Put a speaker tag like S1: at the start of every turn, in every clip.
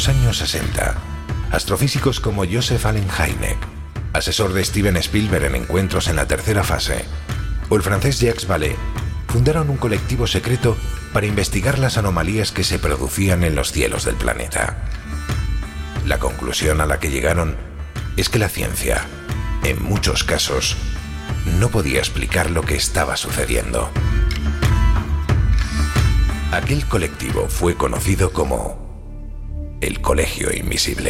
S1: los años 60, astrofísicos como Joseph Allen Hynek, asesor de Steven Spielberg en Encuentros en la tercera fase, o el francés Jacques Vallée, fundaron un colectivo secreto para investigar las anomalías que se producían en los cielos del planeta. La conclusión a la que llegaron es que la ciencia, en muchos casos, no podía explicar lo que estaba sucediendo. Aquel colectivo fue conocido como el Colegio Invisible.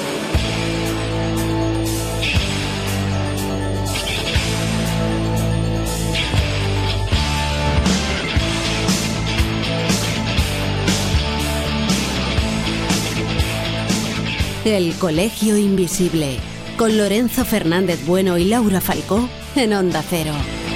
S2: El Colegio Invisible, con Lorenzo Fernández Bueno y Laura Falcó en Onda Cero.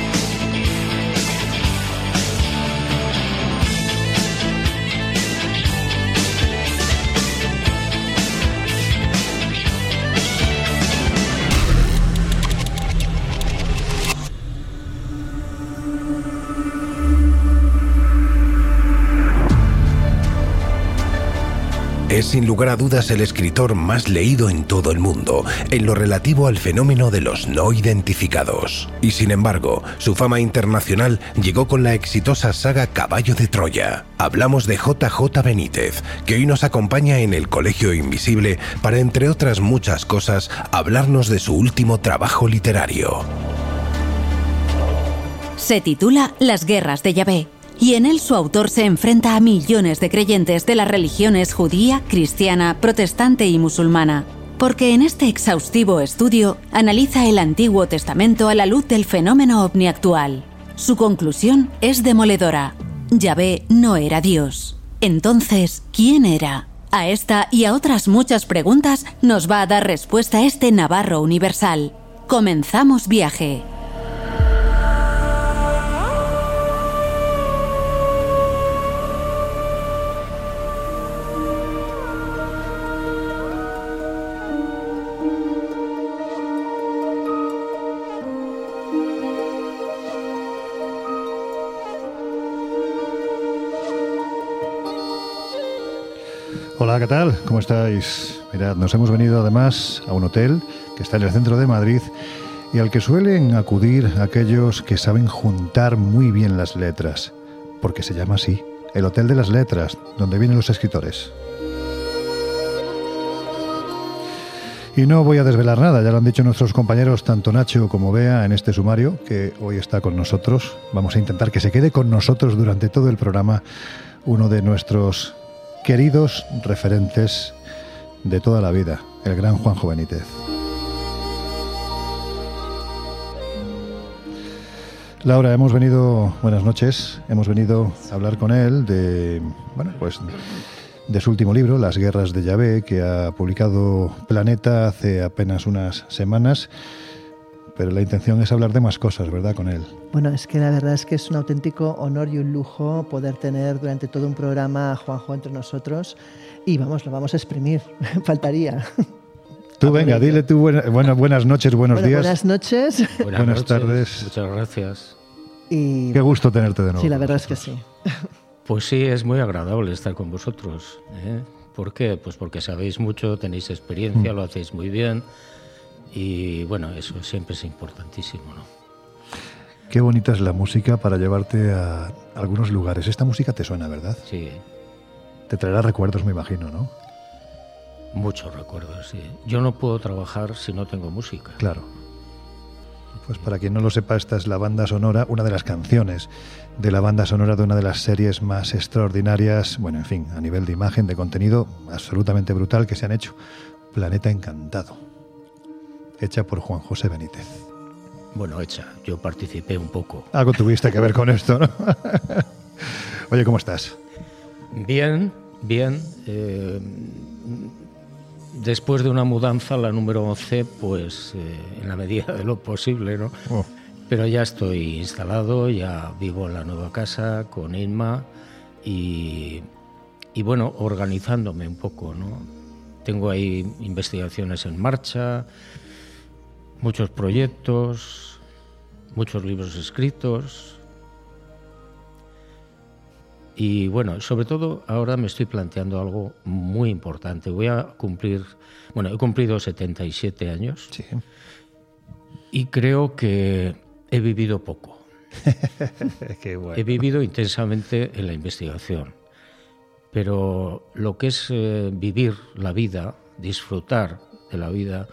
S1: Es sin lugar a dudas el escritor más leído en todo el mundo en lo relativo al fenómeno de los no identificados. Y sin embargo, su fama internacional llegó con la exitosa saga Caballo de Troya. Hablamos de J.J. Benítez, que hoy nos acompaña en el Colegio Invisible para, entre otras muchas cosas, hablarnos de su último trabajo literario.
S2: Se titula Las guerras de Yahvé. Y en él su autor se enfrenta a millones de creyentes de las religiones judía, cristiana, protestante y musulmana, porque en este exhaustivo estudio analiza el Antiguo Testamento a la luz del fenómeno ovni actual. Su conclusión es demoledora. Yahvé no era Dios. Entonces, ¿quién era? A esta y a otras muchas preguntas nos va a dar respuesta este navarro universal. Comenzamos viaje.
S3: Hola, ¿qué tal? ¿Cómo estáis? Mirad, nos hemos venido además a un hotel que está en el centro de Madrid y al que suelen acudir aquellos que saben juntar muy bien las letras, porque se llama así, el Hotel de las Letras, donde vienen los escritores. Y no voy a desvelar nada, ya lo han dicho nuestros compañeros, tanto Nacho como Bea, en este sumario, que hoy está con nosotros. Vamos a intentar que se quede con nosotros durante todo el programa uno de nuestros queridos referentes de toda la vida, el gran Juanjo Benítez. Laura, buenas noches, hemos venido a hablar con él de su último libro, Las guerras de Yahvé, que ha publicado Planeta hace apenas unas semanas. Pero la intención es hablar de más cosas, ¿verdad?, con él.
S4: Bueno, es que la verdad es que es un auténtico honor y un lujo poder tener durante todo un programa a Juanjo entre nosotros. Y lo vamos a exprimir, faltaría.
S3: Tú venga, dile tú buenas noches, buenos días.
S4: Buenas noches.
S3: Buenas tardes.
S5: Muchas gracias.
S4: Y
S3: qué gusto tenerte de nuevo.
S4: Sí, la verdad es que sí.
S5: Pues sí, es muy agradable estar con vosotros. ¿Por qué? Pues porque sabéis mucho, tenéis experiencia, lo hacéis muy bien. Y bueno, eso siempre es importantísimo, ¿no?
S3: Qué bonita es la música para llevarte a algunos lugares. Esta música te suena, ¿verdad?
S5: Sí.
S3: Te traerá recuerdos, me imagino, ¿no?
S5: Muchos recuerdos, sí. Yo no puedo trabajar si no tengo música.
S3: Claro. Pues para quien no lo sepa, esta es la banda sonora, una de las canciones de la banda sonora de una de las series más extraordinarias, bueno, en fin, a nivel de imagen, de contenido, absolutamente brutal que se han hecho. Planeta Encantado, hecha por Juan José Benítez.
S5: Bueno, hecha. Yo participé un poco.
S3: Algo tuviste que ver con esto, ¿no? Oye, ¿cómo estás?
S5: Bien. Después de una mudanza, la número 11, pues en la medida de lo posible, ¿no? Oh. Pero ya estoy instalado, ya vivo en la nueva casa con Inma y bueno, organizándome un poco, ¿no? Tengo ahí investigaciones en marcha, muchos proyectos, muchos libros escritos. Y bueno, sobre todo ahora me estoy planteando algo muy importante. He cumplido 77 años.
S3: Sí.
S5: Y creo que he vivido poco.
S3: Qué bueno.
S5: He vivido intensamente en la investigación, pero lo que es vivir la vida, disfrutar de la vida,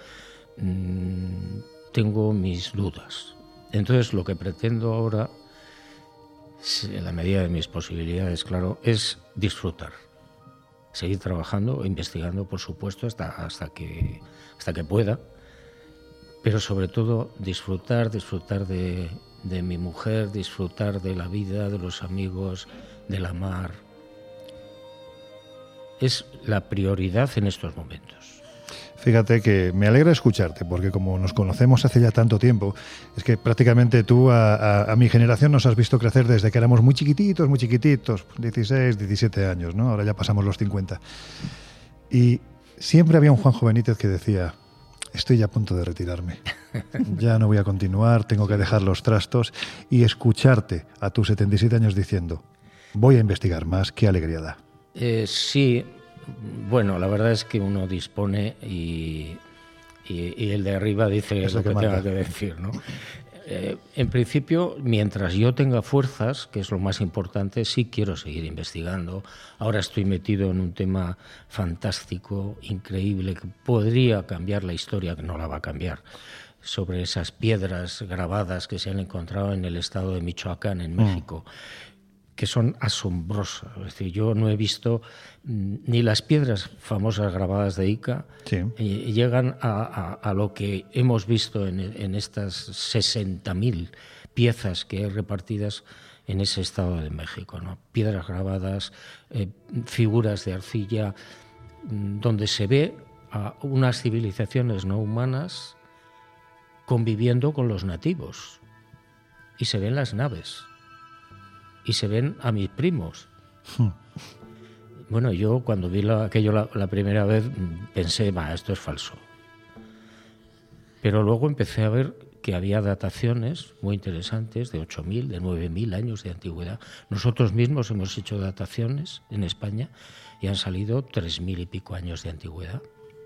S5: tengo mis dudas. Entonces lo que pretendo ahora, en la medida de mis posibilidades, claro, es disfrutar. Seguir trabajando, investigando, por supuesto, hasta que pueda, pero sobre todo disfrutar de mi mujer, disfrutar de la vida, de los amigos, de la mar. Es la prioridad en estos momentos.
S3: Fíjate que me alegra escucharte, porque como nos conocemos hace ya tanto tiempo, es que prácticamente tú a mi generación nos has visto crecer desde que éramos muy chiquititos, 16, 17 años, ¿no? Ahora ya pasamos los 50. Y siempre había un Juanjo Benítez que decía: estoy ya a punto de retirarme, ya no voy a continuar, tengo que dejar los trastos. Y escucharte a tus 77 años diciendo: voy a investigar más, qué alegría da.
S5: Sí, bueno, la verdad es que uno dispone y el de arriba dice lo que tenga que decir, ¿no? En principio, mientras yo tenga fuerzas, que es lo más importante, sí quiero seguir investigando. Ahora estoy metido en un tema fantástico, increíble, que podría cambiar la historia, que no la va a cambiar, sobre esas piedras grabadas que se han encontrado en el estado de Michoacán, en México, que son asombrosas. Es decir, yo no he visto ni las piedras famosas grabadas de Ica,
S3: sí,
S5: llegan a lo que hemos visto en estas 60.000 piezas que hay repartidas en ese estado de México, ¿no? Piedras grabadas, figuras de arcilla, donde se ve a unas civilizaciones no humanas conviviendo con los nativos. Y se ven las naves. Y se ven a mis primos. Bueno, yo cuando vi aquello la primera vez pensé, esto es falso. Pero luego empecé a ver que había dataciones muy interesantes de 8.000, de 9.000 años de antigüedad. Nosotros mismos hemos hecho dataciones en España y han salido 3.000 y pico años de antigüedad.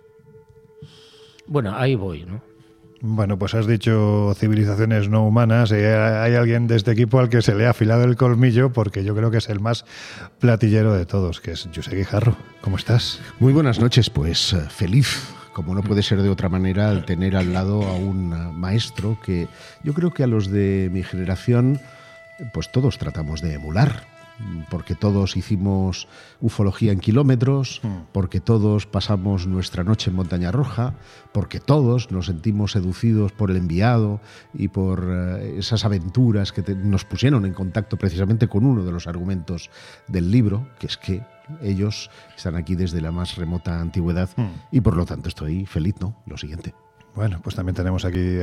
S5: Bueno, ahí voy, ¿no?
S3: Bueno, pues has dicho civilizaciones no humanas. Hay alguien de este equipo al que se le ha afilado el colmillo, porque yo creo que es el más platillero de todos, que es José Guijarro. ¿Cómo estás?
S6: Muy buenas noches, pues feliz, como no puede ser de otra manera, al tener al lado a un maestro que yo creo que a los de mi generación pues todos tratamos de emular. Porque todos hicimos ufología en kilómetros, porque todos pasamos nuestra noche en Montaña Roja, porque todos nos sentimos seducidos por el enviado y por esas aventuras que nos pusieron en contacto precisamente con uno de los argumentos del libro, que es que ellos están aquí desde la más remota antigüedad y por lo tanto estoy feliz, ¿no? Lo siguiente.
S3: Bueno, pues también tenemos aquí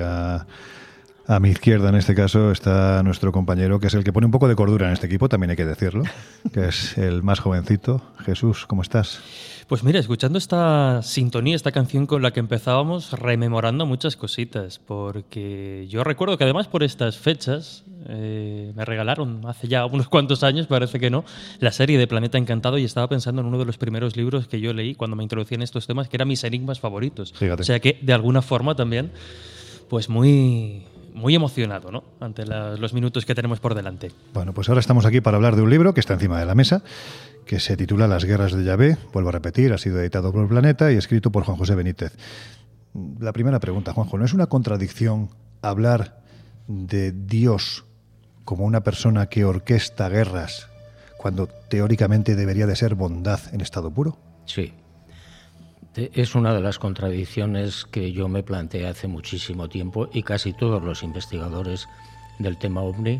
S3: a mi izquierda, en este caso, está nuestro compañero, que es el que pone un poco de cordura en este equipo, también hay que decirlo, que es el más jovencito. Jesús, ¿cómo estás?
S7: Pues mira, escuchando esta sintonía, esta canción con la que empezábamos, rememorando muchas cositas, porque yo recuerdo que además por estas fechas me regalaron hace ya unos cuantos años, parece que no, la serie de Planeta Encantado, y estaba pensando en uno de los primeros libros que yo leí cuando me introducí en estos temas, que eran mis enigmas favoritos.
S3: Fíjate.
S7: O sea que, de alguna forma también, pues muy emocionado, ¿no?, ante los minutos que tenemos por delante.
S3: Bueno, pues ahora estamos aquí para hablar de un libro que está encima de la mesa, que se titula Las guerras de Yahvé. Vuelvo a repetir, ha sido editado por Planeta y escrito por Juan José Benítez. La primera pregunta, Juanjo, ¿no es una contradicción hablar de Dios como una persona que orquesta guerras cuando teóricamente debería de ser bondad en estado puro?
S5: Sí. Es una de las contradicciones que yo me planteé hace muchísimo tiempo, y casi todos los investigadores del tema OVNI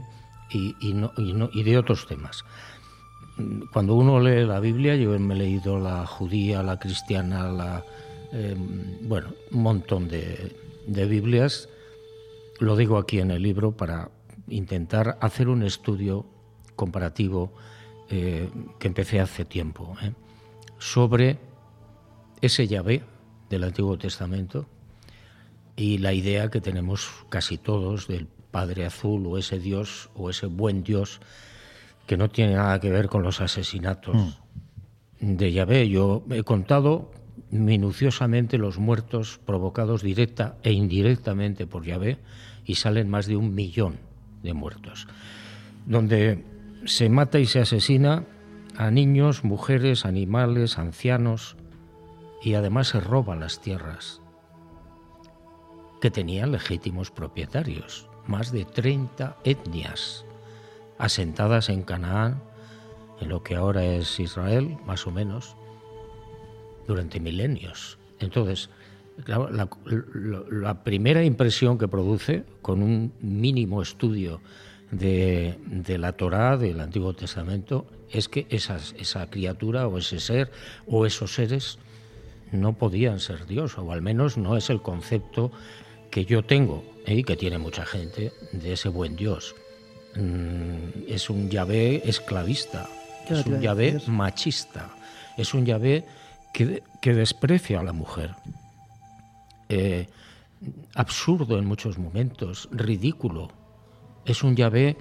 S5: y de otros temas. Cuando uno lee la Biblia, yo me he leído la judía, la cristiana, un montón de Biblias. Lo digo aquí en el libro para intentar hacer un estudio comparativo que empecé hace tiempo, sobre ese Yahvé del Antiguo Testamento y la idea que tenemos casi todos del Padre Azul, o ese Dios, o ese buen Dios que no tiene nada que ver con los asesinatos de Yahvé. Yo he contado minuciosamente los muertos provocados directa e indirectamente por Yahvé y salen más de 1 millón de muertos, donde se mata y se asesina a niños, mujeres, animales, ancianos, y además se roban las tierras que tenían legítimos propietarios. Más de 30 etnias asentadas en Canaán, en lo que ahora es Israel, más o menos, durante milenios. Entonces, la primera impresión que produce, con un mínimo estudio de la Torá, del Antiguo Testamento, es que esa criatura o ese ser o esos seres no podían ser Dios, o al menos no es el concepto que yo tengo y que tiene mucha gente de ese buen Dios. Es un Yahvé esclavista, es un Yahvé machista, es un Yahvé que desprecia a la mujer. Absurdo en muchos momentos, ridículo. Es un Yahvé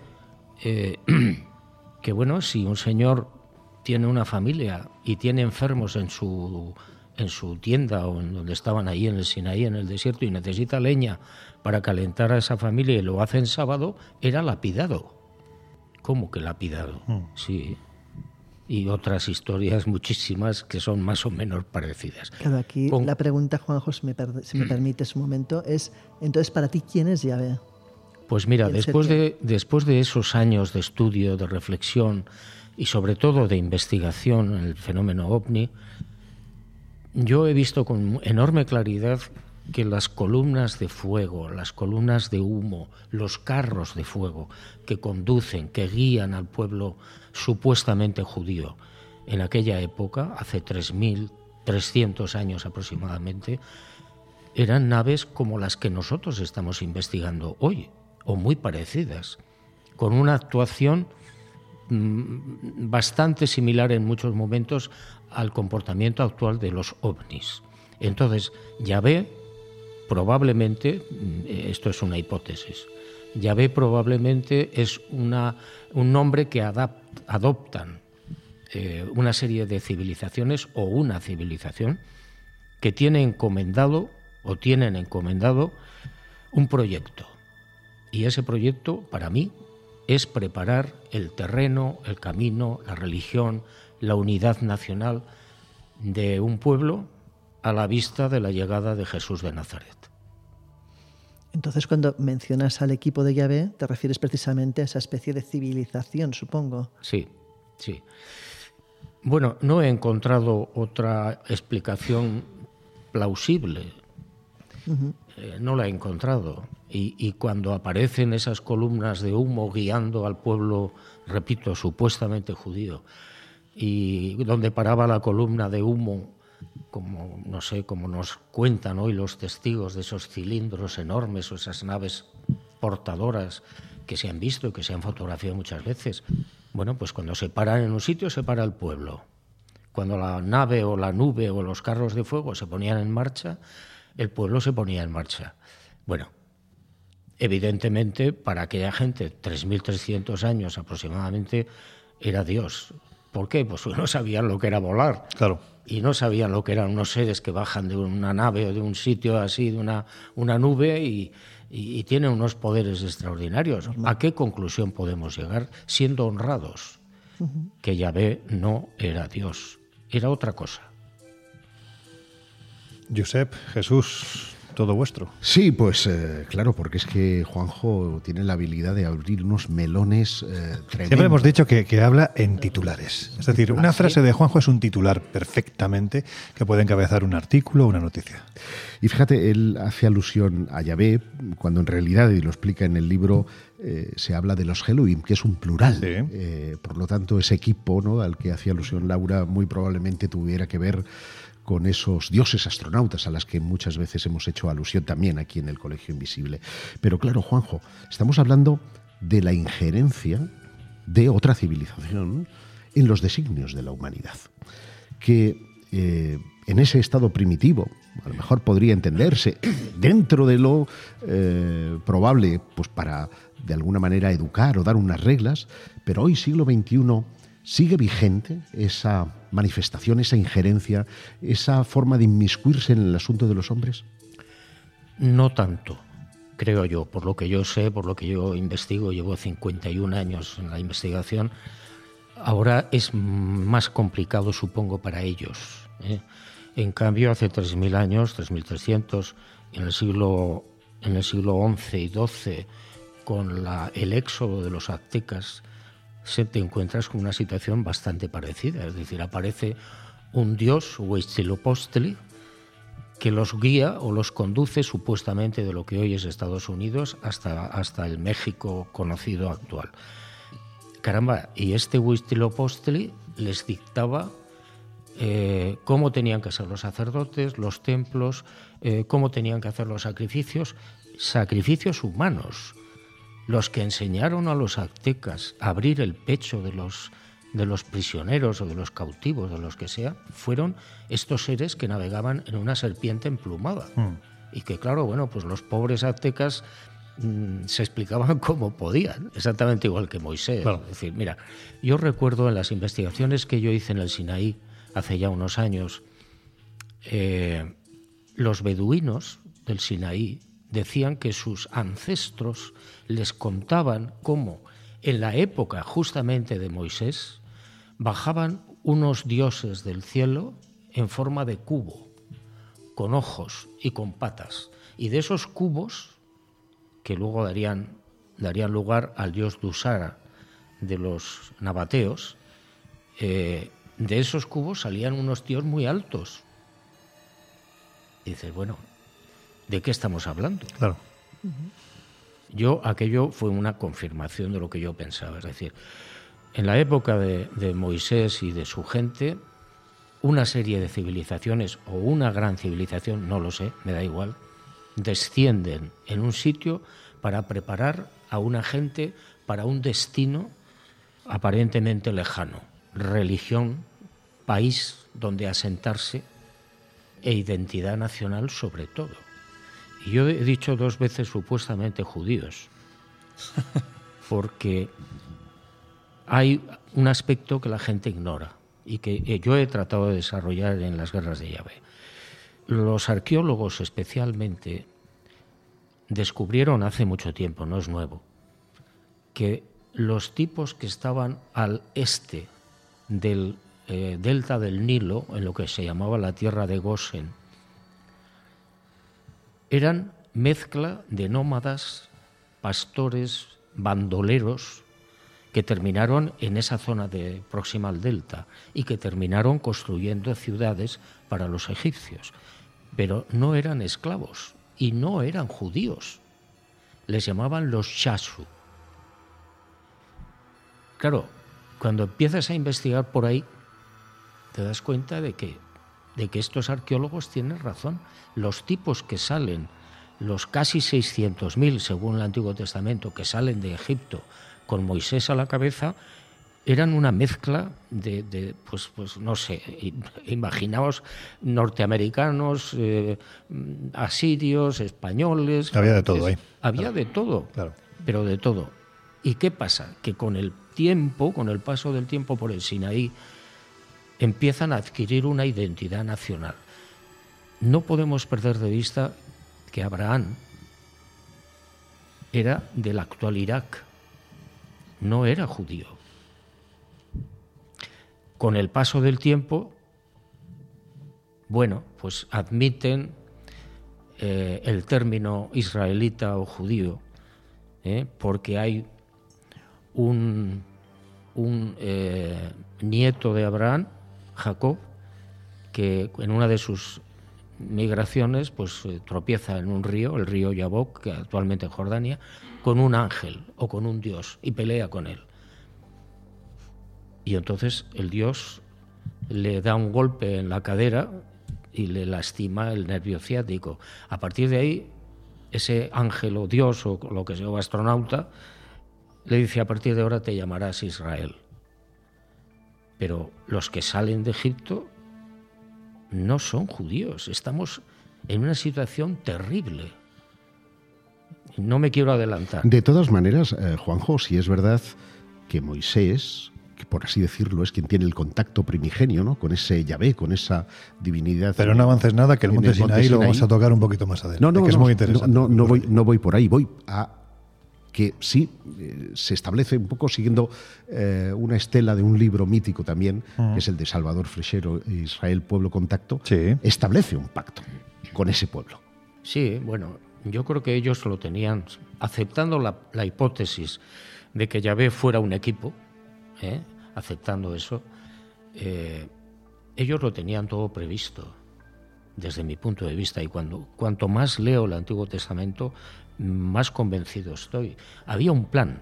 S5: que, bueno, si un señor tiene una familia y tiene enfermos en su tienda o en donde estaban ahí en el Sinaí, en el desierto, y necesita leña para calentar a esa familia y lo hace en sábado, era lapidado. ¿Cómo que lapidado? Sí. Y otras historias muchísimas que son más o menos parecidas.
S4: Claro, aquí la pregunta, Juanjo, si me permites un momento, es, entonces, para ti, ¿quién es Yahvé?
S5: Pues mira, después de esos años de estudio, de reflexión y sobre todo de investigación en el fenómeno ovni, yo he visto con enorme claridad que las columnas de fuego, las columnas de humo, los carros de fuego que conducen, que guían al pueblo supuestamente judío en aquella época, hace 3.300 años aproximadamente, eran naves como las que nosotros estamos investigando hoy, o muy parecidas, con una actuación bastante similar en muchos momentos al comportamiento actual de los ovnis. Entonces, Yahvé probablemente, esto es una hipótesis, Yahvé probablemente es un nombre que adoptan una serie de civilizaciones o una civilización que tienen encomendado un proyecto. Y ese proyecto, para mí, es preparar el terreno, el camino, la religión, la unidad nacional de un pueblo a la vista de la llegada de Jesús de Nazaret.
S4: Entonces, cuando mencionas al equipo de Yahvé, te refieres precisamente a esa especie de civilización, supongo.
S5: Sí, sí. Bueno, no he encontrado otra explicación plausible. No la he encontrado. Y cuando aparecen esas columnas de humo guiando al pueblo, repito, supuestamente judío, y donde paraba la columna de humo, como no sé, como nos cuentan hoy los testigos de esos cilindros enormes o esas naves portadoras que se han visto y que se han fotografiado muchas veces. Bueno, pues cuando se paran en un sitio, se para el pueblo. Cuando la nave o la nube o los carros de fuego se ponían en marcha, el pueblo se ponía en marcha. Bueno, evidentemente, para aquella gente, 3.300 años aproximadamente, era Dios. ¿Por qué? Pues no sabían lo que era volar.
S3: Claro.
S5: Y no sabían lo que eran unos seres que bajan de una nave o de un sitio así, de una nube, y tienen unos poderes extraordinarios. ¿A qué conclusión podemos llegar siendo honrados? Que Yahvé no era Dios, era otra cosa.
S3: Josep, Jesús, todo vuestro.
S6: Sí, pues claro, porque es que Juanjo tiene la habilidad de abrir unos melones tremendos.
S3: Siempre hemos dicho que habla en titulares. Es decir, una frase de Juanjo es un titular perfectamente que puede encabezar un artículo o una noticia.
S6: Y fíjate, él hace alusión a Yahvé, cuando en realidad, y lo explica en el libro, se habla de los Elohim, que es un plural. Sí. Por lo tanto, ese equipo, ¿no?, al que hacía alusión Laura muy probablemente tuviera que ver con esos dioses astronautas a las que muchas veces hemos hecho alusión también aquí en el Colegio Invisible. Pero claro, Juanjo, estamos hablando de la injerencia de otra civilización en los designios de la humanidad, que en ese estado primitivo a lo mejor podría entenderse dentro de lo probable, pues para de alguna manera educar o dar unas reglas, pero hoy, siglo XXI, ¿sigue vigente esa manifestación, esa injerencia, esa forma de inmiscuirse en el asunto de los hombres?
S5: No tanto, creo yo, por lo que yo sé, por lo que yo investigo, llevo 51 años en la investigación. Ahora es más complicado, supongo, para ellos, ¿eh? En cambio, hace 3.000 años, 3.300, en el siglo XI y XII, con el éxodo de los aztecas, te encuentras con una situación bastante parecida. Es decir, aparece un dios, Huitzilopochtli, que los guía o los conduce supuestamente de lo que hoy es Estados Unidos hasta el México conocido actual. Caramba, y este Huitzilopochtli les dictaba cómo tenían que ser los sacerdotes, los templos, cómo tenían que hacer los sacrificios humanos. Los que enseñaron a los aztecas a abrir el pecho de los prisioneros o de los cautivos, de los que sea, fueron estos seres que navegaban en una serpiente emplumada. Y que, claro, bueno, pues los pobres aztecas se explicaban como podían, exactamente igual que Moisés. Claro. Es decir, mira, yo recuerdo en las investigaciones que yo hice en el Sinaí, hace ya unos años, los beduinos del Sinaí decían que sus ancestros les contaban cómo en la época justamente de Moisés bajaban unos dioses del cielo en forma de cubo, con ojos y con patas. Y de esos cubos, que luego darían lugar al dios Dusara de los nabateos, de esos cubos salían unos tíos muy altos. Y dices, bueno, ¿de qué estamos hablando?
S3: Claro.
S5: Aquello fue una confirmación de lo que yo pensaba. Es decir, en la época de Moisés y de su gente, una serie de civilizaciones, o una gran civilización, no lo sé, me da igual, descienden en un sitio para preparar a una gente para un destino aparentemente lejano. Religión, país donde asentarse e identidad nacional sobre todo. Y yo he dicho 2 veces supuestamente judíos, porque hay un aspecto que la gente ignora y que yo he tratado de desarrollar en las guerras de Yahvé. Los arqueólogos especialmente descubrieron hace mucho tiempo, no es nuevo, que los tipos que estaban al este del delta del Nilo, en lo que se llamaba la tierra de Gosen, eran mezcla de nómadas, pastores, bandoleros, que terminaron en esa zona próxima al delta y que terminaron construyendo ciudades para los egipcios. Pero no eran esclavos y no eran judíos. Les llamaban los Shasu. Claro, cuando empiezas a investigar por ahí, te das cuenta de que estos arqueólogos tienen razón. Los tipos que salen, los casi 600.000, según el Antiguo Testamento, que salen de Egipto con Moisés a la cabeza, eran una mezcla pues no sé, imaginaos norteamericanos, asirios, españoles.
S3: Había de todo ahí.
S5: Había de todo, claro. Pero de todo. ¿Y qué pasa? Que con el tiempo, con el paso del tiempo por el Sinaí, empiezan a adquirir una identidad nacional. No podemos perder de vista que Abraham era del actual Irak, no era judío. Con el paso del tiempo, bueno, pues admiten el término israelita o judío, porque hay un nieto de Abraham, Jacob, que en una de sus migraciones pues tropieza en un río, el río Yabok, que actualmente en Jordania, con un ángel o con un dios y pelea con él. Y entonces el dios le da un golpe en la cadera y le lastima el nervio ciático. A partir de ahí, ese ángel o dios o lo que sea, o astronauta, le dice: a partir de ahora te llamarás Israel. Pero los que salen de Egipto no son judíos. Estamos en una situación terrible. No me quiero adelantar.
S6: De todas maneras, Juanjo, si es verdad que Moisés, que por así decirlo es quien tiene el contacto primigenio, ¿no?, con ese Yahvé, con esa divinidad.
S3: Pero no avances nada, que el monte Sinaí lo vamos a tocar un poquito más adelante, que es muy interesante.
S6: No voy por ahí, voy a que sí, se establece un poco siguiendo una estela de un libro mítico también, que es el de Salvador Freixero, Israel, Pueblo Contacto, establece un pacto con ese pueblo.
S5: Sí, bueno, yo creo que ellos lo tenían, aceptando la hipótesis de que Yahvé fuera un equipo, aceptando eso, ellos lo tenían todo previsto, desde mi punto de vista, y cuanto más leo el Antiguo Testamento, más convencido estoy. Había un plan,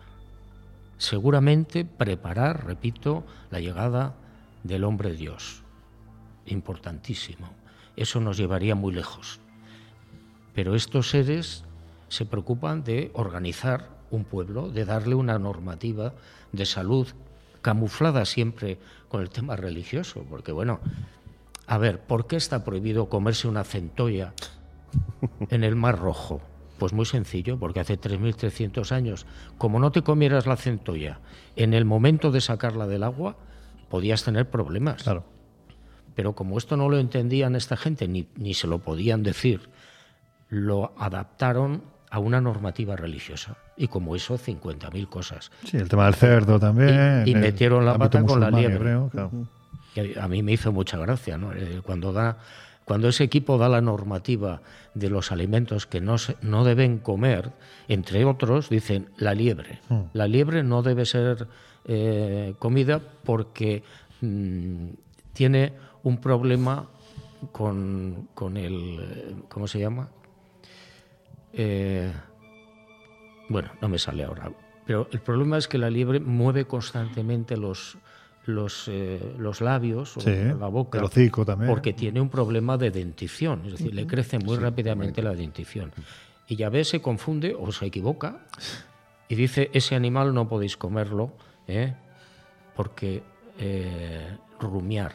S5: seguramente preparar, repito, la llegada del hombre Dios, importantísimo. Eso nos llevaría muy lejos. Pero estos seres se preocupan de organizar un pueblo, de darle una normativa de salud camuflada siempre con el tema religioso, porque bueno, a ver, ¿por qué está prohibido comerse una centolla en el Mar Rojo? Pues muy sencillo, porque hace 3.300 años, como no te comieras la centolla, en el momento de sacarla del agua, podías tener problemas.
S3: Claro.
S5: Pero como esto no lo entendían esta gente, ni se lo podían decir, lo adaptaron a una normativa religiosa. Y como eso, 50.000 cosas.
S3: Sí, el tema del cerdo también.
S5: Y metieron la pata con la liebre.
S3: Hebreo, claro.
S5: Que a mí me hizo mucha gracia, ¿no? Cuando ese equipo da la normativa de los alimentos que no deben comer, entre otros, dicen la liebre. La liebre no debe ser comida porque tiene un problema con el... ¿Cómo se llama? Bueno, no me sale ahora. Pero el problema es que la liebre mueve constantemente los labios,
S3: sí,
S5: o la boca,
S3: el hocico también,
S5: porque tiene un problema de dentición, es decir, le crece muy rápidamente la dentición. Y Yahvé se confunde o se equivoca y dice, ese animal no podéis comerlo, porque rumiar.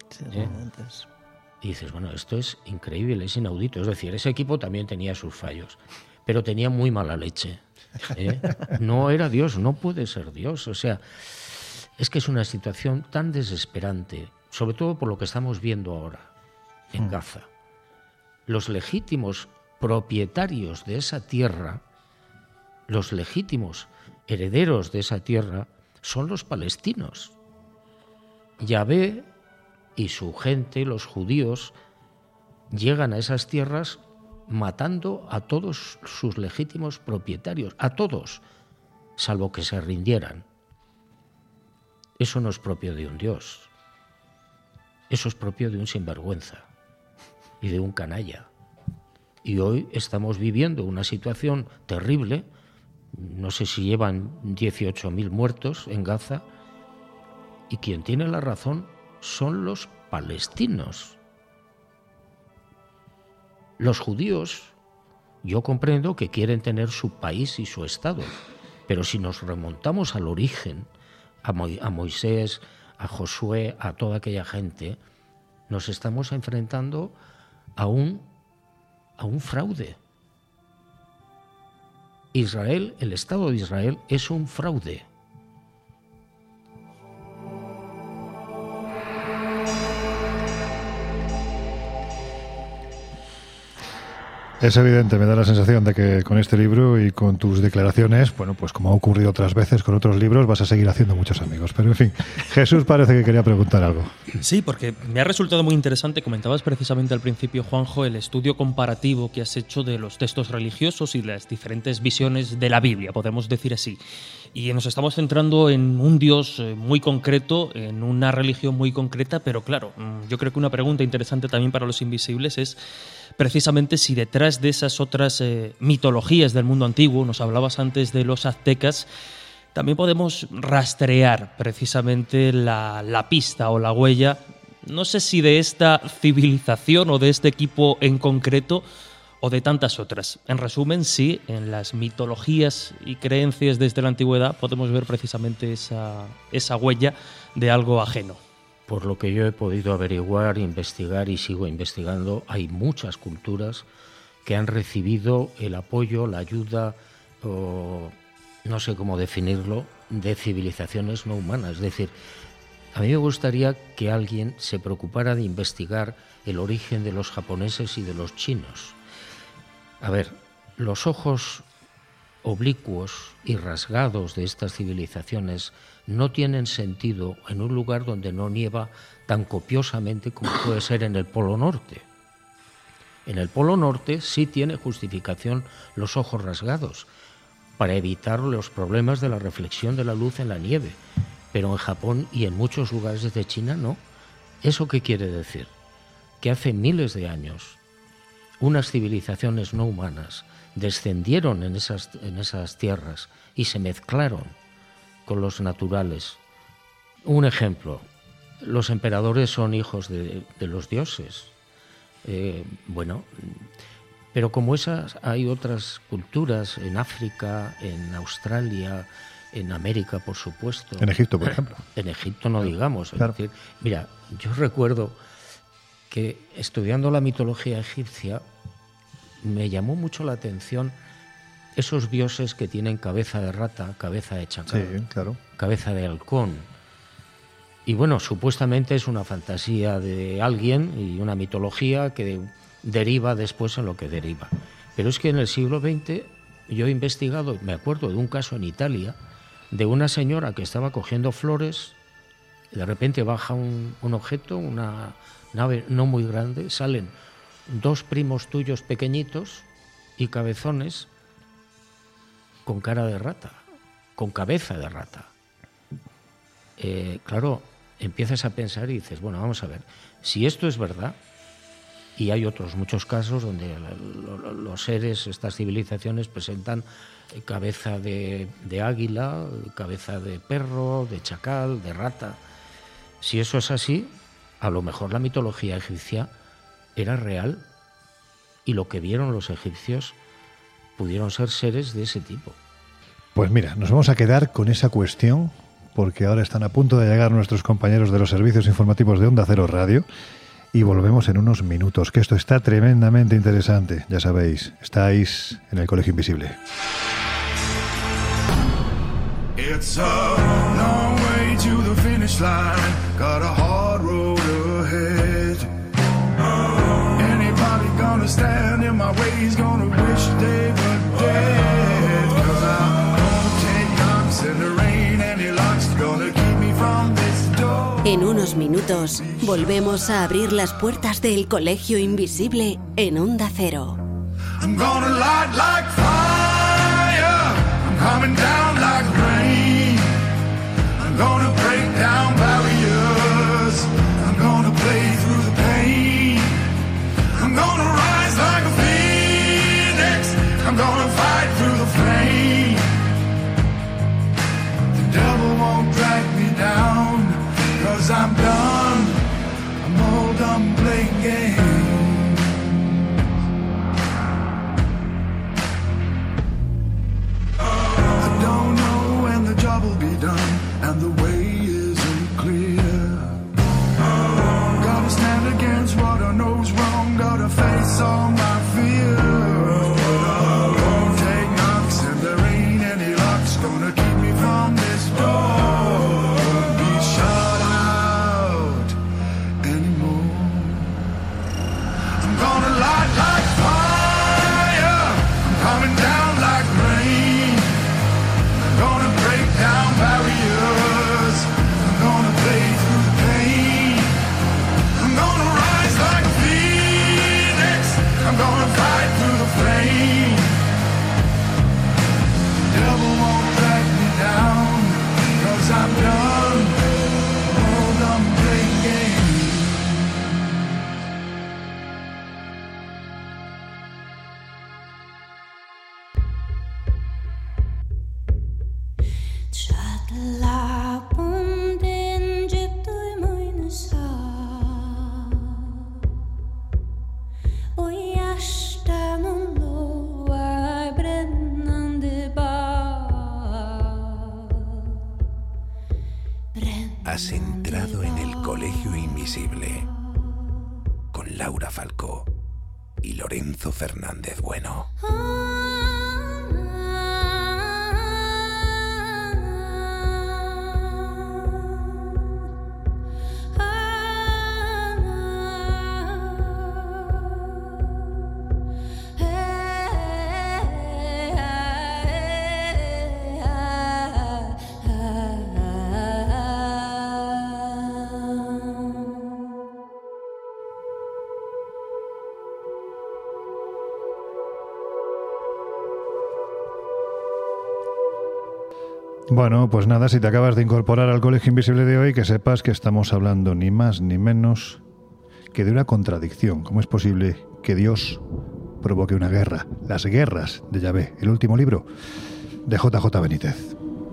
S5: Y dices, bueno, esto es increíble, es inaudito. Es decir, ese equipo también tenía sus fallos, pero tenía muy mala leche. No era Dios, no puede ser Dios. O sea, es que es una situación tan desesperante, sobre todo por lo que estamos viendo ahora en Gaza. Los legítimos propietarios de esa tierra, los legítimos herederos de esa tierra, son los palestinos. Yahvé y su gente, los judíos, llegan a esas tierras matando a todos sus legítimos propietarios, a todos, salvo que se rindieran. Eso no es propio de un Dios. Eso es propio de un sinvergüenza y de un canalla. Y hoy estamos viviendo una situación terrible. No sé si llevan 18.000 muertos en Gaza. Y quien tiene la razón son los palestinos. Los judíos, yo comprendo que quieren tener su país y su Estado. Pero si nos remontamos al origen, a Moisés, a Josué, a toda aquella gente, nos estamos enfrentando a un fraude. Israel, el Estado de Israel, es un fraude.
S3: Es evidente, me da la sensación de que con este libro y con tus declaraciones, bueno, pues como ha ocurrido otras veces con otros libros, vas a seguir haciendo muchos amigos. Pero en fin, Jesús parece que quería preguntar algo.
S7: Sí, porque me ha resultado muy interesante, comentabas precisamente al principio, Juanjo, el estudio comparativo que has hecho de los textos religiosos y las diferentes visiones de la Biblia, podemos decir así. Y nos estamos centrando en un Dios muy concreto, en una religión muy concreta, pero claro, yo creo que una pregunta interesante también para los invisibles es precisamente si detrás de esas otras mitologías del mundo antiguo, nos hablabas antes de los aztecas, también podemos rastrear precisamente la pista o la huella, no sé si de esta civilización o de este equipo en concreto, o de tantas otras. En resumen, sí, en las mitologías y creencias desde la antigüedad podemos ver precisamente esa huella de algo ajeno.
S5: por lo que yo he podido averiguar, investigar y sigo investigando, hay muchas culturas que han recibido el apoyo, la ayuda, o no sé cómo definirlo, de civilizaciones no humanas. Es decir, a mí me gustaría que alguien se preocupara de investigar el origen de los japoneses y de los chinos. A ver, los ojos oblicuos y rasgados de estas civilizaciones no tienen sentido en un lugar donde no nieva tan copiosamente como puede ser en el Polo Norte. En el Polo Norte sí tiene justificación los ojos rasgados para evitar los problemas de la reflexión de la luz en la nieve, pero en Japón y en muchos lugares de China no. ¿Eso qué quiere decir? Que hace miles de años unas civilizaciones no humanas descendieron en esas tierras y se mezclaron con los naturales. Un ejemplo, los emperadores son hijos de los dioses. Pero como esas hay otras culturas en África, en Australia, en América, por supuesto.
S3: En Egipto, por ejemplo.
S5: En Egipto no digamos.
S3: Claro.
S5: Es decir, mira, yo recuerdo que estudiando la mitología egipcia me llamó mucho la atención esos dioses que tienen cabeza de rata, cabeza de chacal,
S3: Sí, claro.
S5: cabeza de halcón. Y bueno, supuestamente es una fantasía de alguien y una mitología que deriva después en lo que deriva. Pero es que en el siglo XX yo he investigado, me acuerdo de un caso en Italia, de una señora que estaba cogiendo flores, y de repente baja un objeto, una nave no muy grande, salen dos primos tuyos pequeñitos y cabezones con cara de rata, con cabeza de rata. Claro, empiezas a pensar y dices, bueno, vamos a ver, si esto es verdad, y hay otros muchos casos donde los seres, estas civilizaciones, presentan cabeza de águila, cabeza de perro, de chacal, de rata. Si eso es así, a lo mejor la mitología egipcia era real y lo que vieron los egipcios pudieron ser seres de ese tipo.
S3: Pues mira, nos vamos a quedar con esa cuestión porque ahora están a punto de llegar nuestros compañeros de los servicios informativos de Onda Cero Radio y volvemos en unos minutos, que esto está tremendamente interesante. Ya sabéis, estáis en el Colegio Invisible.
S8: It's a long way to the finish line, got a hard road ahead. Anybody gonna stand in my way is gonna wish they were dead. 'Cause I'm gonna take knocks in the rain, any luck's gonna keep me from this door.
S2: En unos minutos volvemos a abrir las puertas del Colegio Invisible en Onda Cero.
S8: I'm gonna light like fire, I'm coming down like rain. I'm gonna break down barriers, I'm gonna play through the pain. I'm gonna rise like a phoenix, I'm gonna fight through the flame. The devil won't drag me down, 'cause I'm done, I'm all done playing games. I don't know when the job will be done, and the way isn't clear. Gotta stand against what I know's wrong, gotta face all my fears. Won't take knocks, and there ain't any luck's gonna keep me from this door. Won't be shut out anymore. I'm gonna light like fire, I'm coming down like rain. I'm gonna break down barriers, I'm gonna play through the pain. I'm gonna rise like a phoenix, I'm gonna fight through the flame. The devil won't drag me down, 'cause I'm done, all done playing games.
S1: Has entrado en el Colegio Invisible con Laura Falcó y Lorenzo Fernández Bueno.
S3: Bueno, pues nada, si te acabas de incorporar al Colegio Invisible de hoy, que sepas que estamos hablando ni más ni menos que de una contradicción. ¿Cómo es posible que Dios provoque una guerra? Las guerras de Yahvé, el último libro de JJ Benítez.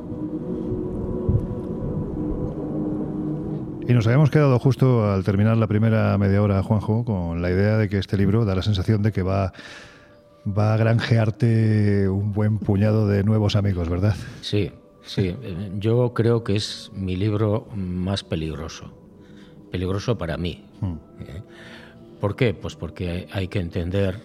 S3: Y nos habíamos quedado justo al terminar la primera media hora, Juanjo, con la idea de que este libro da la sensación de que va a granjearte un buen puñado de nuevos amigos, ¿verdad?
S5: Sí. Sí, yo creo que es mi libro más peligroso para mí. ¿Por qué? Pues porque hay que entender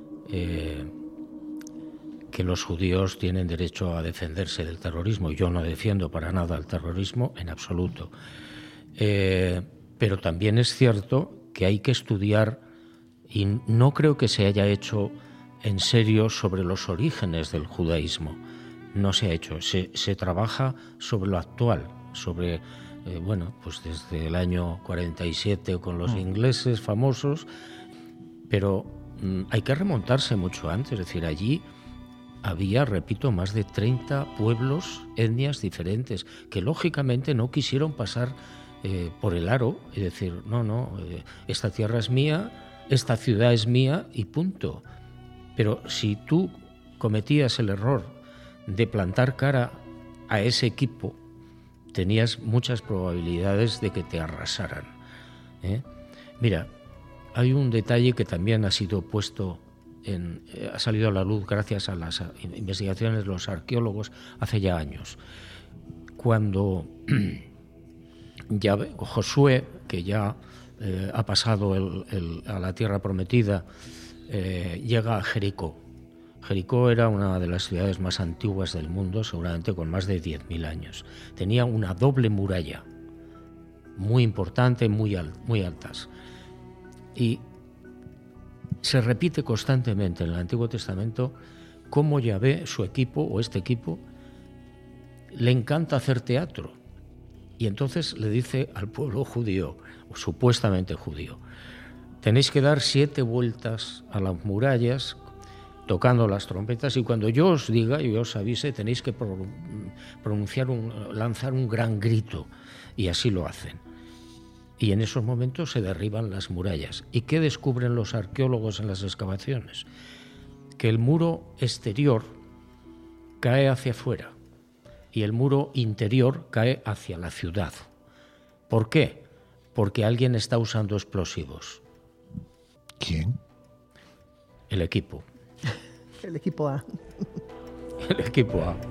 S5: que los judíos tienen derecho a defenderse del terrorismo. Yo no defiendo para nada el terrorismo en absoluto. Pero también es cierto que hay que estudiar, y no creo que se haya hecho en serio sobre los orígenes del judaísmo. No se ha hecho, se trabaja sobre lo actual, sobre, pues desde el año 47 con los ingleses famosos, pero hay que remontarse mucho antes, es decir, allí había, repito, más de 30 pueblos, etnias diferentes, que lógicamente no quisieron pasar por el aro y decir, esta tierra es mía, esta ciudad es mía y punto. Pero si tú cometías el error de plantar cara a ese equipo, tenías muchas probabilidades de que te arrasaran. Mira, hay un detalle que también ha sido ha salido a la luz gracias a las investigaciones de los arqueólogos hace ya años. Cuando Josué, que ya ha pasado a la tierra prometida, llega a Jericó. Jericó era una de las ciudades más antiguas del mundo, seguramente con más de 10.000 años. Tenía una doble muralla, muy importante, muy altas. Y se repite constantemente en el Antiguo Testamento cómo Yahvé, su equipo, o este equipo, le encanta hacer teatro. Y entonces le dice al pueblo judío, o supuestamente judío, tenéis que dar 7 vueltas a las murallas tocando las trompetas, y cuando yo os diga y os avise, tenéis que lanzar un gran grito, y así lo hacen. Y en esos momentos se derriban las murallas. ¿Y qué descubren los arqueólogos en las excavaciones? Que el muro exterior cae hacia afuera y el muro interior cae hacia la ciudad. ¿Por qué? Porque alguien está usando explosivos.
S3: ¿Quién?
S5: El equipo.
S4: El equipo A.
S5: El equipo A.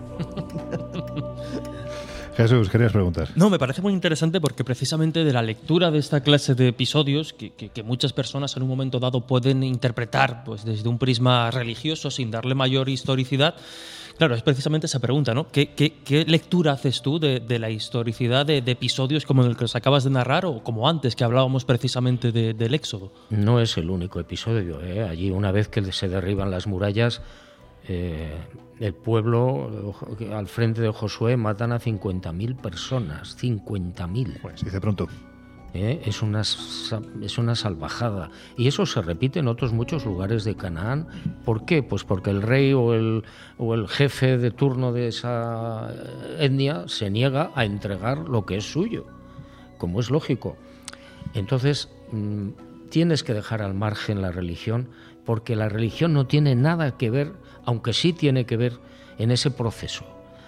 S3: Jesús, querías preguntar.
S7: No, me parece muy interesante porque precisamente de la lectura de esta clase de episodios que muchas personas en un momento dado pueden interpretar pues desde un prisma religioso sin darle mayor historicidad. Claro, es precisamente esa pregunta, ¿no? ¿Qué lectura haces tú de la historicidad de episodios como el que os acabas de narrar o como antes que hablábamos precisamente del Éxodo?
S5: No es el único episodio, ¿eh? Allí, una vez que se derriban las murallas, el pueblo, al frente de Josué, matan a 50.000 personas. 50.000.
S3: Pues dice pronto.
S5: Es una salvajada. Y eso se repite en otros muchos lugares de Canaán. ¿Por qué? Pues porque el rey o el jefe de turno de esa etnia se niega a entregar lo que es suyo, como es lógico. Entonces, tienes que dejar al margen la religión, porque la religión no tiene nada que ver, aunque sí tiene que ver en ese proceso.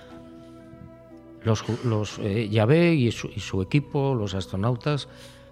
S5: Yahvé y su equipo, los astronautas,